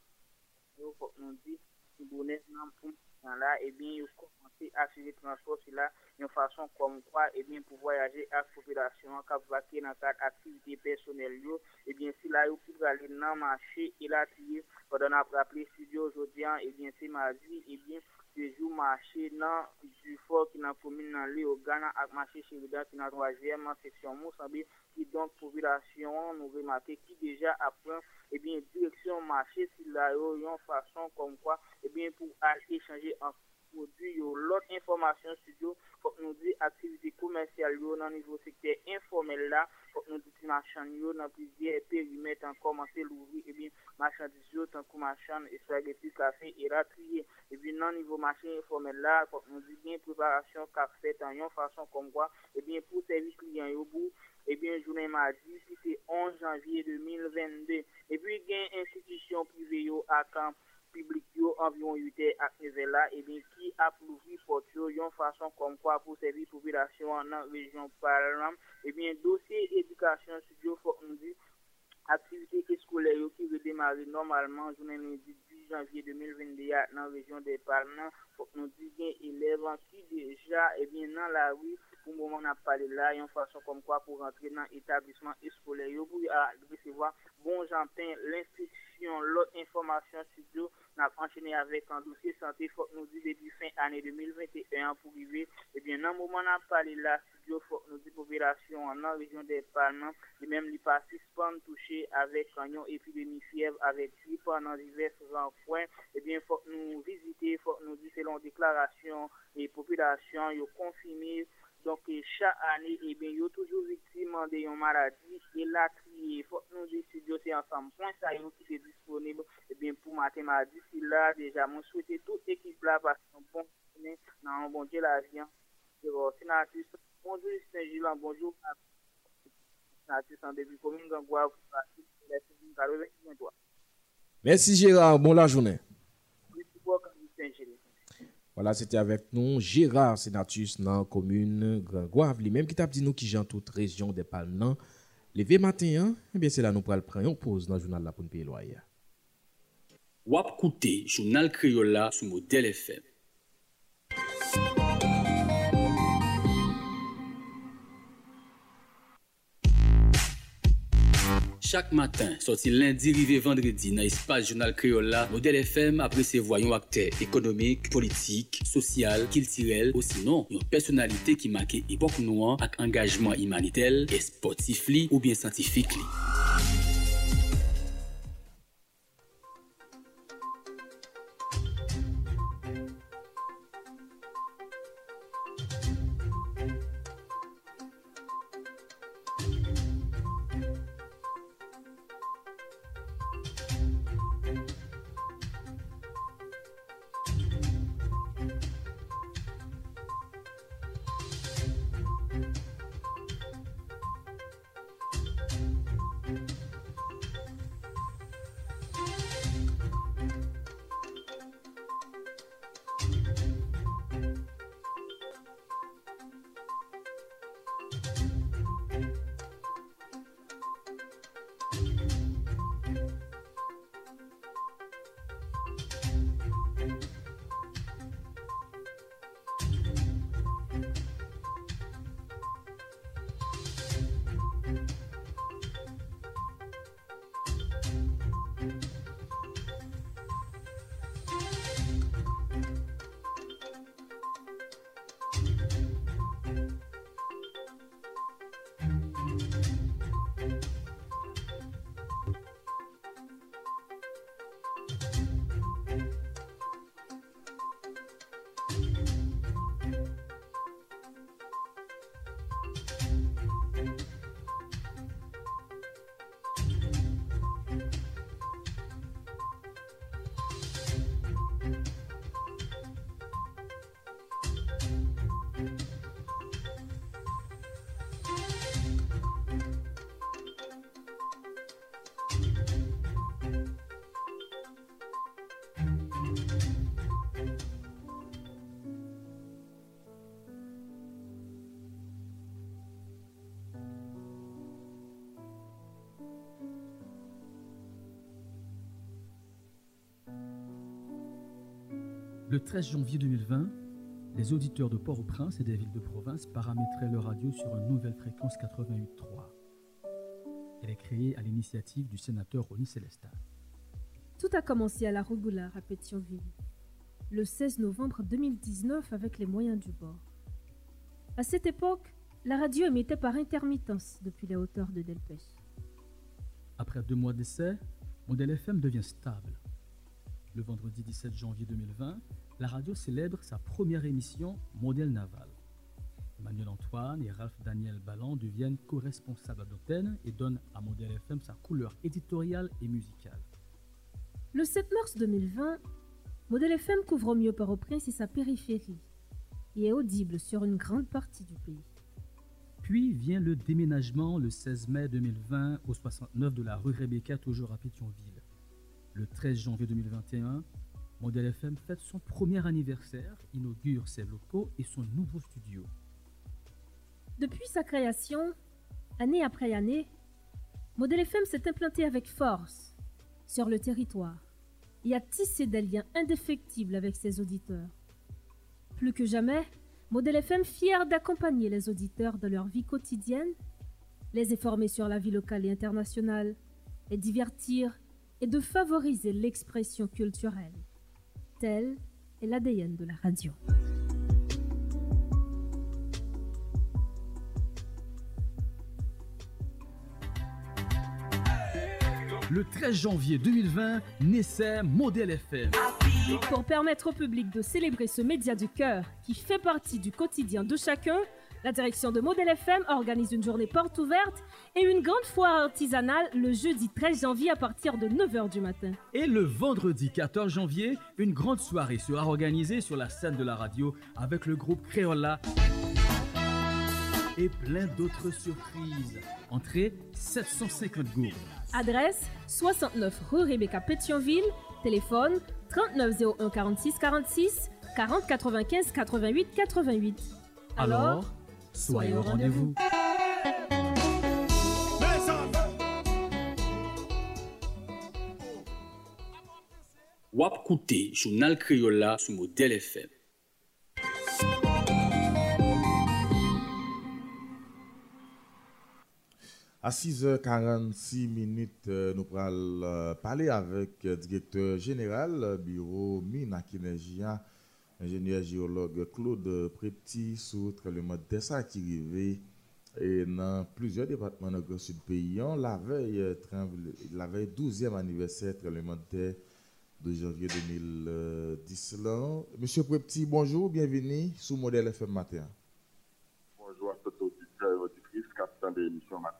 nous dit bonnet pour là et bien il commencer à faire le transport là d'une façon comme quoi et bien pour voyager à population qui vaquer dans cette activité personnelle et bien si là il peut aller dans marché et là trier pendant après studio aujourd'hui et bien c'est mardi et bien ce jour marché dans du fort qui dans commune dans Léogana avec marché chez Ridan qui dans 3e section Mosambé qui donc population nous remarquer qui déjà apprend et bien direction marché si là une façon comme quoi et bien pour aller échanger en produit l'autre information studio faut nous dire activité commerciale dans niveau secteur informel là faut nous dire marchand dans plusieurs périmètres en commencer l'ouvrir et bien marchandises tant que marchand et spaghetti café et ratrier et bien dans niveau marché informel là faut nous dire bien préparation qu'a fait en une façon comme quoi et bien pour service client au bout et bien journée mardi si c'est 11 janvier 2022 et puis gain institution privée à camp public environ 8 heures à 9 heures là et bien qui a prouvé porte une façon comme quoi pour servir population dans région parlant et bien dossier éducation studio faut nous dire activité scolaire qui va démarrer normalement journée lundi 10 janvier 2022 dans la région des Parlement faut nous dire bien élèves qui déjà et bien dans la rue pour le moment on a parlé là une façon comme quoi pour rentrer dans l'établissement scolaire pour recevoir bon j'entends l'instruction l'autre information studio n'a enchaîné avec un dossier santé faut nous dire depuis fin année 2021 pour arriver et bien dans le moment on a parlé là studio faut nous dire population dans la région des Parlement et même les participants touchés avec une épidémie fièvre avec grippe pendant divers points et bien faut nous visiter faut nous dire selon déclaration et population yo confirmé donc chaque année et bien yo toujours victime de une maladie et la trier faut nous dire studio c'est ensemble point ça yo qui est disponible et bien pour matin mardi si là déjà moi souhaiter toute équipe là parce un bon dans un bon Dieu la vie sénatrice bonjour Saint-Gilles bonjour sénatrice en début commune Gangoua merci Gérard, bon la journée. Voilà, c'était avec nous Gérard Senatus dans la commune Grand Goave, lui-même qui t'a dit nous qui dans toute région des Palnan. Levé matin, eh bien c'est là nous pral prendre une pause dans le journal là pour nous payer loyer. Wap Kouté, journal créole sur modèle FM. Chaque matin, sorti lundi, rivé vendredi, dans l'espace journal créole là, Modèle FM après ses voyons acteurs économiques, politiques, social, culturel, ou sinon, une personnalité qui marque époque noire avec engagement humanitaire, et sportif li, ou bien scientifique li. Le 13 janvier 2020, les auditeurs de Port-au-Prince et des villes de province paramétraient leur radio sur une nouvelle fréquence 88.3. Elle est créée à l'initiative du sénateur Ronnie Célestin. Tout a commencé à la Rougoulard à Pétionville, le 16 novembre 2019 avec les moyens du bord. À cette époque, la radio émettait par intermittence depuis les hauteurs de Delpech. Après 2 mois d'essai, Modèle FM devient stable. Le vendredi 17 janvier 2020, la radio célèbre sa première émission Modèle Naval. Emmanuel Antoine et Ralph Daniel Balland deviennent co-responsables d'antenne et donnent à Modèle FM sa couleur éditoriale et musicale. Le 7 mars 2020, Modèle FM couvre mieux Port-au-Prince et sa périphérie et est audible sur une grande partie du pays. Puis vient le déménagement le 16 mai 2020 au 69 de la rue Rebecca, toujours à Pétionville. Le 13 janvier 2021, Modèle FM fête son premier anniversaire, inaugure ses locaux et son nouveau studio. Depuis sa création, année après année, Modèle FM s'est implanté avec force sur le territoire et a tissé des liens indéfectibles avec ses auditeurs. Plus que jamais, Modèle FM fier d'accompagner les auditeurs dans leur vie quotidienne, les informer sur la vie locale et internationale, les divertir et de favoriser l'expression culturelle. Tel est l'ADN de la radio. Le 13 janvier 2020, naissait Modèle FM. Pour permettre au public de célébrer ce média du cœur qui fait partie du quotidien de chacun, la direction de Modèle FM organise une journée porte ouverte et une grande foire artisanale le jeudi 13 janvier à partir de 9h du matin. Et le vendredi 14 janvier, une grande soirée sera organisée sur la scène de la radio avec le groupe Créola et plein d'autres surprises. Entrée 750 gourdes. Adresse 69 rue Rebecca Pétionville. Téléphone 39 01 46 46 40 95 88 88. Alors, soyez au rendez-vous. Wap Kouté, journal Criolla sous Modèle FM. À 6h46, nous allons parler avec le directeur général bureau Mines Énergia, ingénieur géologue Claude Preti sur le tremblement de terre qui arrivait dans plusieurs départements de Grand Sud pays. La veille 12e anniversaire du tremblement de terre de janvier 2010. Monsieur Preti, bonjour, bienvenue sur Modèle FM Matin. Bonjour à tout auditeur et auditrice, capitaine de l'émission Matin.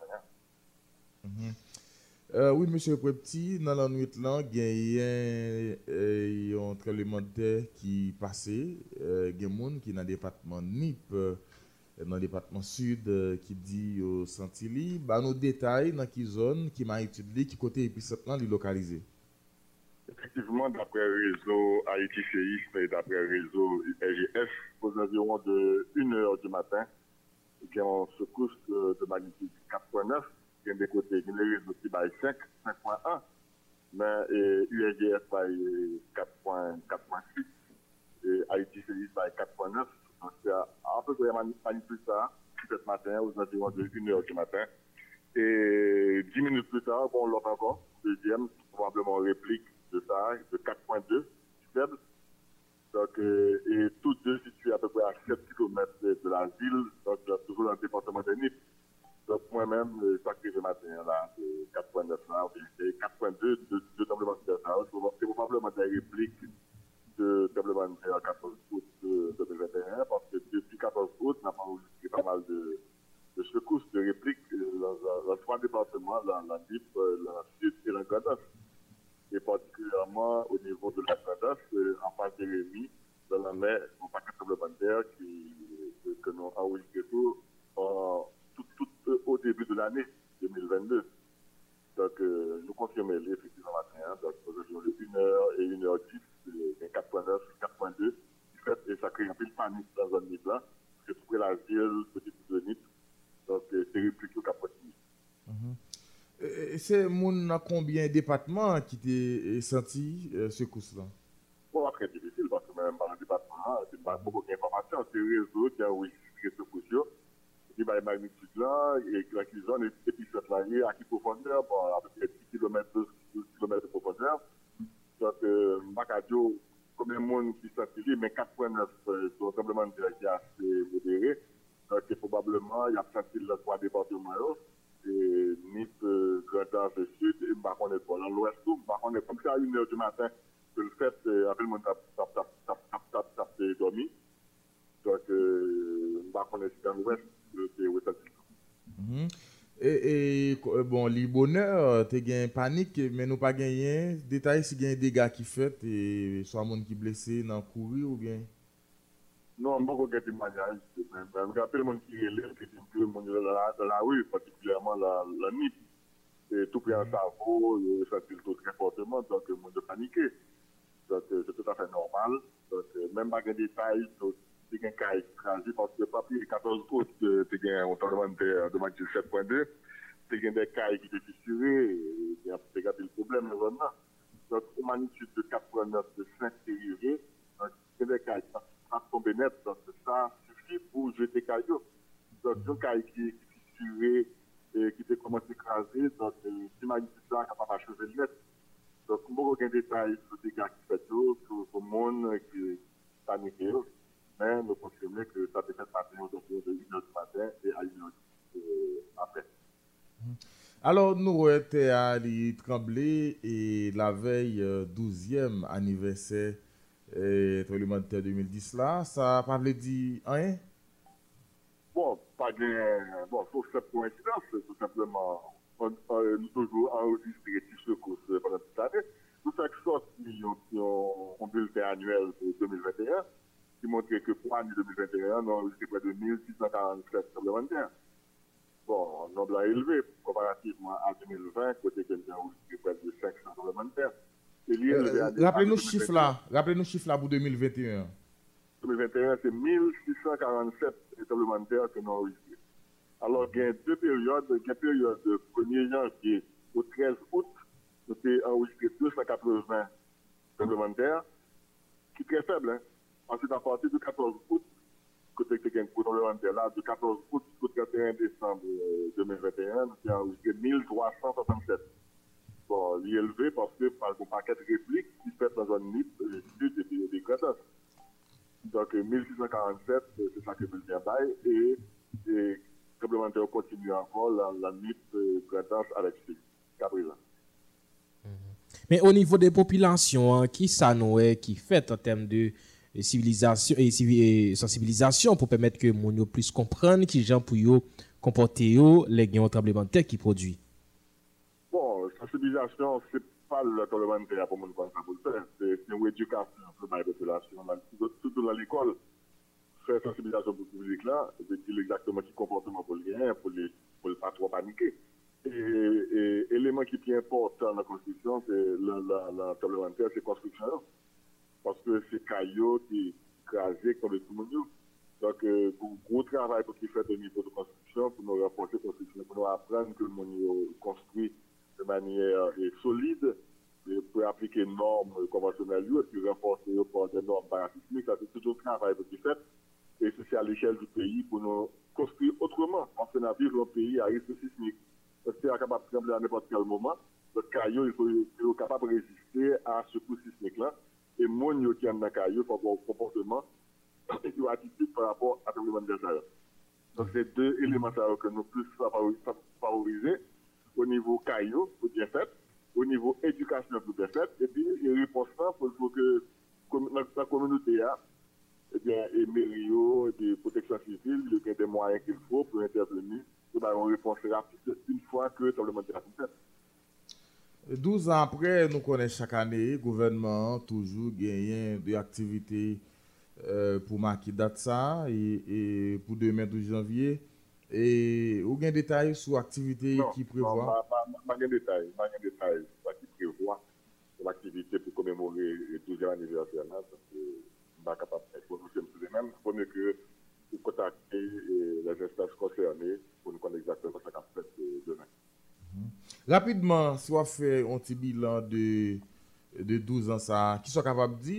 Oui, monsieur Preti, dans la nuit là, il y a un tremblement de terre qui passait. Il y a des gens qui dans le département NIP, dans le département sud, qui dit au Santili, nos détails dans quelle zone, qui m'a étudié, qui côté épicentre est localisé. Effectivement, d'après le réseau Haïti Séisme et d'après le réseau RGF, aux environs de 1h du matin, il y a une secousse de magnitude 4.9. Il y a des côtés, il y a les réseaux qui baillent 5.1, mais URGF baille 4.6, et Haïti Séisme baille 4.9. Donc c'est à peu près magnitude ça, cet matin, aux environs de 1h du matin. Et 10 minutes plus tard, bon, l'autre encore, deuxième, probablement réplique de ça, de 4.2, faible. Donc, et tous deux situés à peu près à 7 km de la ville, donc toujours dans le département de Nip. Donc, moi-même, chaque matin, là, 4.9 là, et 4.2 de tremblement de terre. C'est probablement des répliques de tremblement de terre à 14 août 2021, parce que depuis 14 août, on a enregistré pas mal de secousses, de répliques dans trois départements, la Nip, la Sud et la Grand-Est. Et particulièrement au niveau de la Grand-Est, en face de Rémy, dans la mer, on paquet de tremblement de terre que nous avons enregistré tout au début de l'année 2022. Donc, nous confirmons effectivement matin, donc aujourd'hui, 1h et 1h10, 4.9, 4.2, et ça crée un peu de panique dans la zone NIP là, parce que tout la ville, petite de NIP, donc c'est répliqué au Cap-Continu. Et c'est combien de départements qui t'est senti secousse là? Bon, très difficile parce que même dans le département, c'est pas beaucoup d'informations. C'est le réseau qui a enregistré secousse. Il y a une magnitude là, et la zone est épicentre là, à qui profondeur, bon, à peu près 10 km, 2 km de profondeur. Donc, Makadio, combien de monde qui s'attire, mais 4.9, c'est un tremblement de terre qui est assez modéré. Donc, probablement, il y a senti les trois départements. Et Nip, Grand-Est et Sud, et on est dans l'Ouest, on est comme ça à 1h du matin, que le fait, après le monde tape dormi. Donc, on est dans l'Ouest, c'est Ouest. Et bon, les bonheurs, tu as gagné panique, mais nous pas gagné. Détail si il y a des dégâts qui fait, et soit un monde qui est blessé dans le courir ou bien? Non, je ne sais pas si témoignage. Je rappelle le monde qui est là, qui est le monde dans la rue, particulièrement la NIP. Et tout pris en cerveau, ça tire tout très fortement, donc le monde est paniqué. Donc c'est tout à fait normal. Donc même pas de détails, c'est un cas écrasé parce que depuis le 14 août, tu as un tremblement de magnitude 7.2, tu as des cas qui étaient fissurés, il y a le problème maintenant. Donc une magnitude de 4.9 de 5 dérivés, donc il y a des cas qui tomber net, donc ça suffit pour jeter cailloux. Donc, un caillou qui est fissuré et qui peut commencer à écraser, donc, si magnitude ça, n'est pas changer net. Donc, on n'a aucun détail sur les dégâts qui fait tout, sur le monde qui est paniqué, mais nous confirmons que ça peut être matin, aujourd'hui, de 1h du matin et à 1h après. Alors, nous étions à Tremblay et la veille 12e anniversaire tremblement de terre 2010 là, ça pas veut dire rien? Bon, pas de. Bon, sauf cette coïncidence, tout simplement, nous toujours enregistré des secousses pendant toute l'année. Nous avons sorti un bulletin annuel pour 2021 qui montrait que pour l'année 2021, nous avons enregistré près de 1647 tremblements de terre. Bon, un nombre élevé comparativement à 2020, côté que nous avons enregistré près de 500 tremblements de terre. Rappelez-nous chiffre là pour 2021. 2021, c'est 1647 tremblements de terre que nous avons enregistrés. Alors, il y a deux périodes. Il y a une période de 1er janvier au 13 août, nous avons enregistré 280 tremblements de terre, qui est très faible. Hein. Ensuite, à partir du 14 août, côté que un tremblement de terre là, de 14 août jusqu'au 31 décembre 2021, nous avons enregistré 1367. Bon, il est élevé parce que par un paquet de répliques qui fait dans la zone NIP, sud et des Grandas. Donc 1647, c'est ça que je veux dire. Et tremblement de terre continue encore la NIP Grandas avec sud. Cabrilla. Mais au niveau des populations, qui ça nous est qui fait en termes de civilisation et sensibilisation pour permettre que les gens puissent comprendre qui gens pour comporter les gains tremblement de terre qui produit? Bon, sensibilisation, c'est pas le tremblement de terre pour nous comme ça pour le faire. C'est une éducation pour la population. Surtout dans l'école, faire sensibilisation pour le public là, veut dire exactement quel comportement pour le gagner, pour ne pas trop paniquer. Et l'élément qui est important dans la construction, c'est le tremblement de terre, c'est la construction. Parce que c'est caillou qui crasé comme tout le monde. Donc, gros travail pour qu'il fait au niveau de construction, pour nous renforcer la construction, pour nous apprendre que le monde construit de manière solide, et pour appliquer les normes conventionnelles, et puis renforcer par des normes parasismiques. Ça, c'est toujours un travail pour qu'il fait. Et c'est à l'échelle du pays pour nous construire autrement. Parce qu'on a vivre un pays à risque sismique. Parce qu'il est capable de trembler à n'importe quel moment. Le caillou, il faut être capable de résister à ce coup sismique-là. Et les gens qui sont dans le caillou, il faut avoir un comportement et une attitude par rapport à tremblement de terre. Donc, c'est deux éléments que nous plus favoriser au niveau caillou, pour bien fait, au niveau éducation, pour bien fait, et puis, les réponses, il faut que la communauté a, eh bien, et mairie, et protection civile, il y a des moyens qu'il faut pour intervenir, et bien, on réponse rapide une fois que le tremblement de terre est fait. 12 ans après, nous connaissons chaque année, le gouvernement toujours gagné des activités pour marquer date ça et pour demain 12 janvier. Et vous avez des détails sur l'activité qui prévoit? Pas de détails. Pas de détails. Qui prévoit l'activité pour commémorer le 12e anniversaire. Parce que je ne suis pas capable de faire tous les mêmes. Il faut mieux que vous contacter les instances concernées pour nous connaître exactement ce qu'on fait demain. Rapidement, si on fait un petit bilan de 12 ans, ça, qui sont capables de dire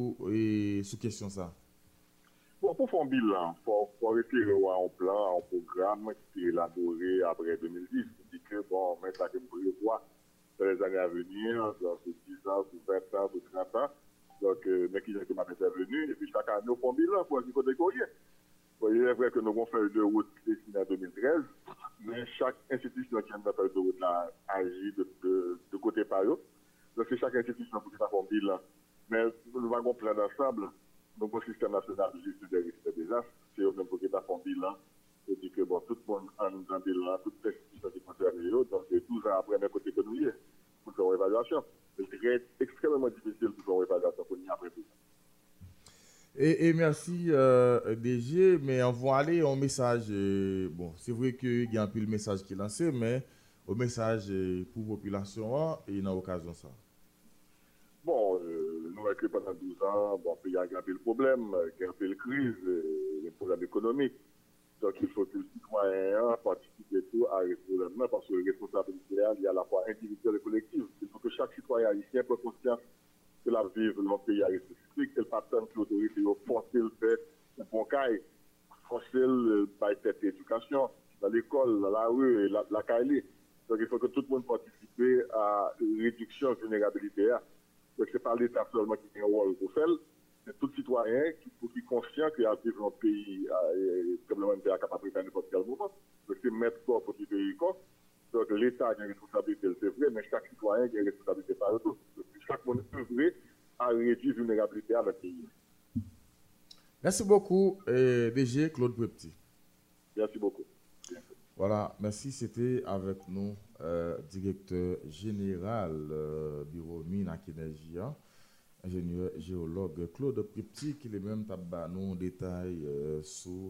sur question ça? Bon, pour faire un bilan, il faut retirer un plan, un programme qui est élaboré après 2010. Qui dit que, bon, mais ça que nous prévoit dans les années à venir, dans ces 10 ans, pour 20 ans, pour 30 ans. Donc, mais qui est intervenu, et puis chaque année, on fait un bilan pour dire qu'on est courrier. Il est vrai que nous avons fait une route destinée en 2013, mais chaque institution qui a fait une route là agit de côté par eux. Donc, c'est chaque institution qui fait un bilan. Mais nous avons un plan d'ensemble. Donc, le système national de gestion des risques et des désastres, c'est eux même pour qu'ils fassent un bilan. Et dit que, bon, tout le monde a un bilan, toutes les institutions qui concernent eux, donc 12 ans après, d'un côté que nous y est, pour faire une évaluation. C'est extrêmement difficile pour faire une évaluation pour nous après tout. Et merci DG, mais on va aller au message. Bon, c'est vrai qu'il y a un peu le message qui est lancé, mais au message pour la population, et dans l'occasion ça. Bon, nous avons que pendant 12 ans, bon, il y a un peu le problème, il y a un peu la crise, les problèmes économiques. Donc il faut que le citoyen participe tout à ce problème-là, parce que la responsabilité il y a à la fois individuelle et collective. Il faut que chaque citoyen haïtien prenne conscience que la vivre dans le pays à risque spécifique, et le patron que l'autorité a forcé le fait, le bon caille, forcer le bail cette éducation, dans l'école, dans la rue, et la caille. Donc il faut que tout le monde participe à la réduction de la vulnérabilité. Donc ce n'est pas l'État seulement qui a un rôle pour faire, c'est tout citoyen qui est conscient qu'il y a vivre dans le pays tremblement de terre capable de à n'importe quel moment. Donc c'est mettre corps pour tout pays corps. Donc l'État a une responsabilité, c'est vrai, mais chaque citoyen a une responsabilité par tout. Chaque monde œuvrer à réduire la vulnérabilité à notre pays. Merci beaucoup, DG Claude Prepti. Merci beaucoup. Voilà, merci. C'était avec nous, directeur général bureau mine à Kinergia, ingénieur géologue Claude Prepti, qui est même tabanou en détail sur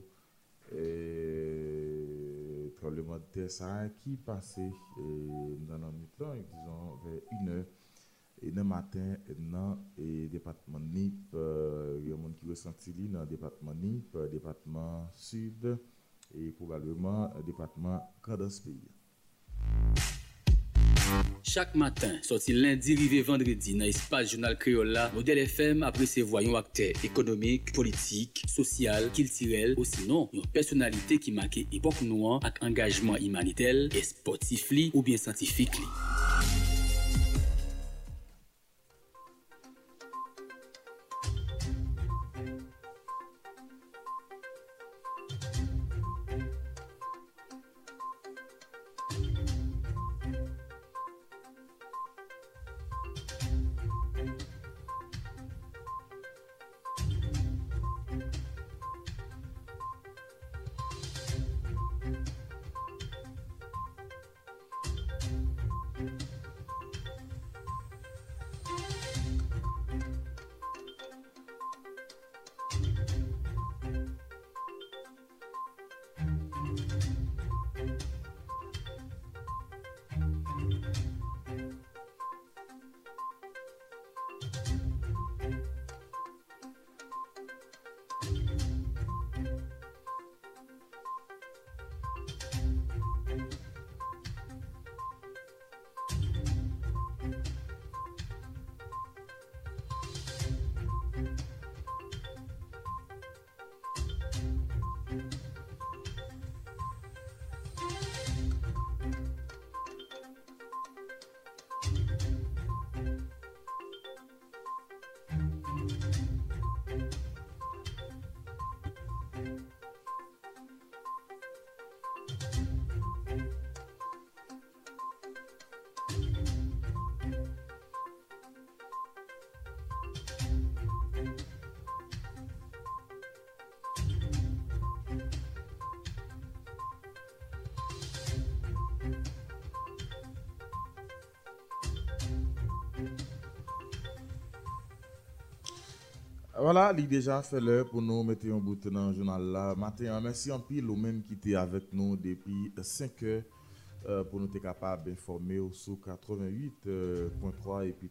tremblement de terre qui passait dans la nuit, disons vers 1h. Et dans le matin, dans le département NIP, il y a des gens qui ressentent dans le département NIP, département sud et probablement le département Candas Pays. Chaque matin, sorti lundi, rivé vendredi, dans l'espace journal créole là, Modèle FM après ses voyons acteurs économiques, politiques, social, culturels, ou sinon, une personnalité qui marque époque noire avec engagement humanitaire et sportif li, ou bien scientifique li. Voilà, il déjà fait l'heure pour nous mettre un bout dans le journal là. Matin, merci en pile au même qui était avec nous depuis 5 heures pour nous être capable d'informer sur 88.3 et puis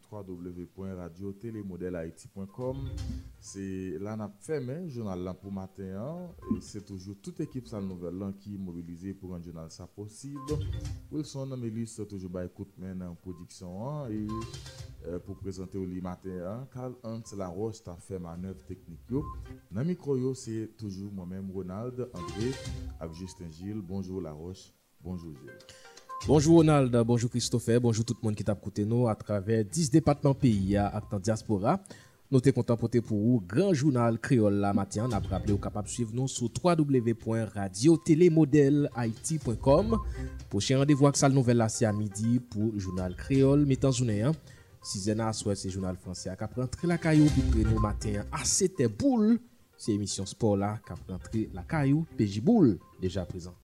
www.radio-télémodèle-haïti.com. C'est là n'a fait un journal là pour matin et c'est toujours toute équipe Salle Nouvelle là qui est mobilisée pour un journal ça possible. Wilson Amélis toujours ba écoute maintenant en production et pour présenter au matin, Carl Hans Laroche a fait manœuvre technique. Dans le micro, c'est toujours moi-même, Ronald, André, avec Justin Gilles. Bonjour Laroche, bonjour Gilles. Bonjour Ronald, bonjour Christopher, bonjour tout le monde qui t'a écouté nous à travers 10 départements pays à en diaspora. Nous sommes contents pour vous, grand journal créole la matin. On a rappelé au capable de suivre nous sur www.radio-télémodèle-haïti.com. Prochain rendez-vous avec Salle Nouvelle là, c'est à midi pour journal créole, mi-temps journée. 6h à soir, c'est journal français à cap rentrer la caillou puis nous matin à 7h boule, c'est émission sport là cap rentrer la caillou PJ boule déjà présent.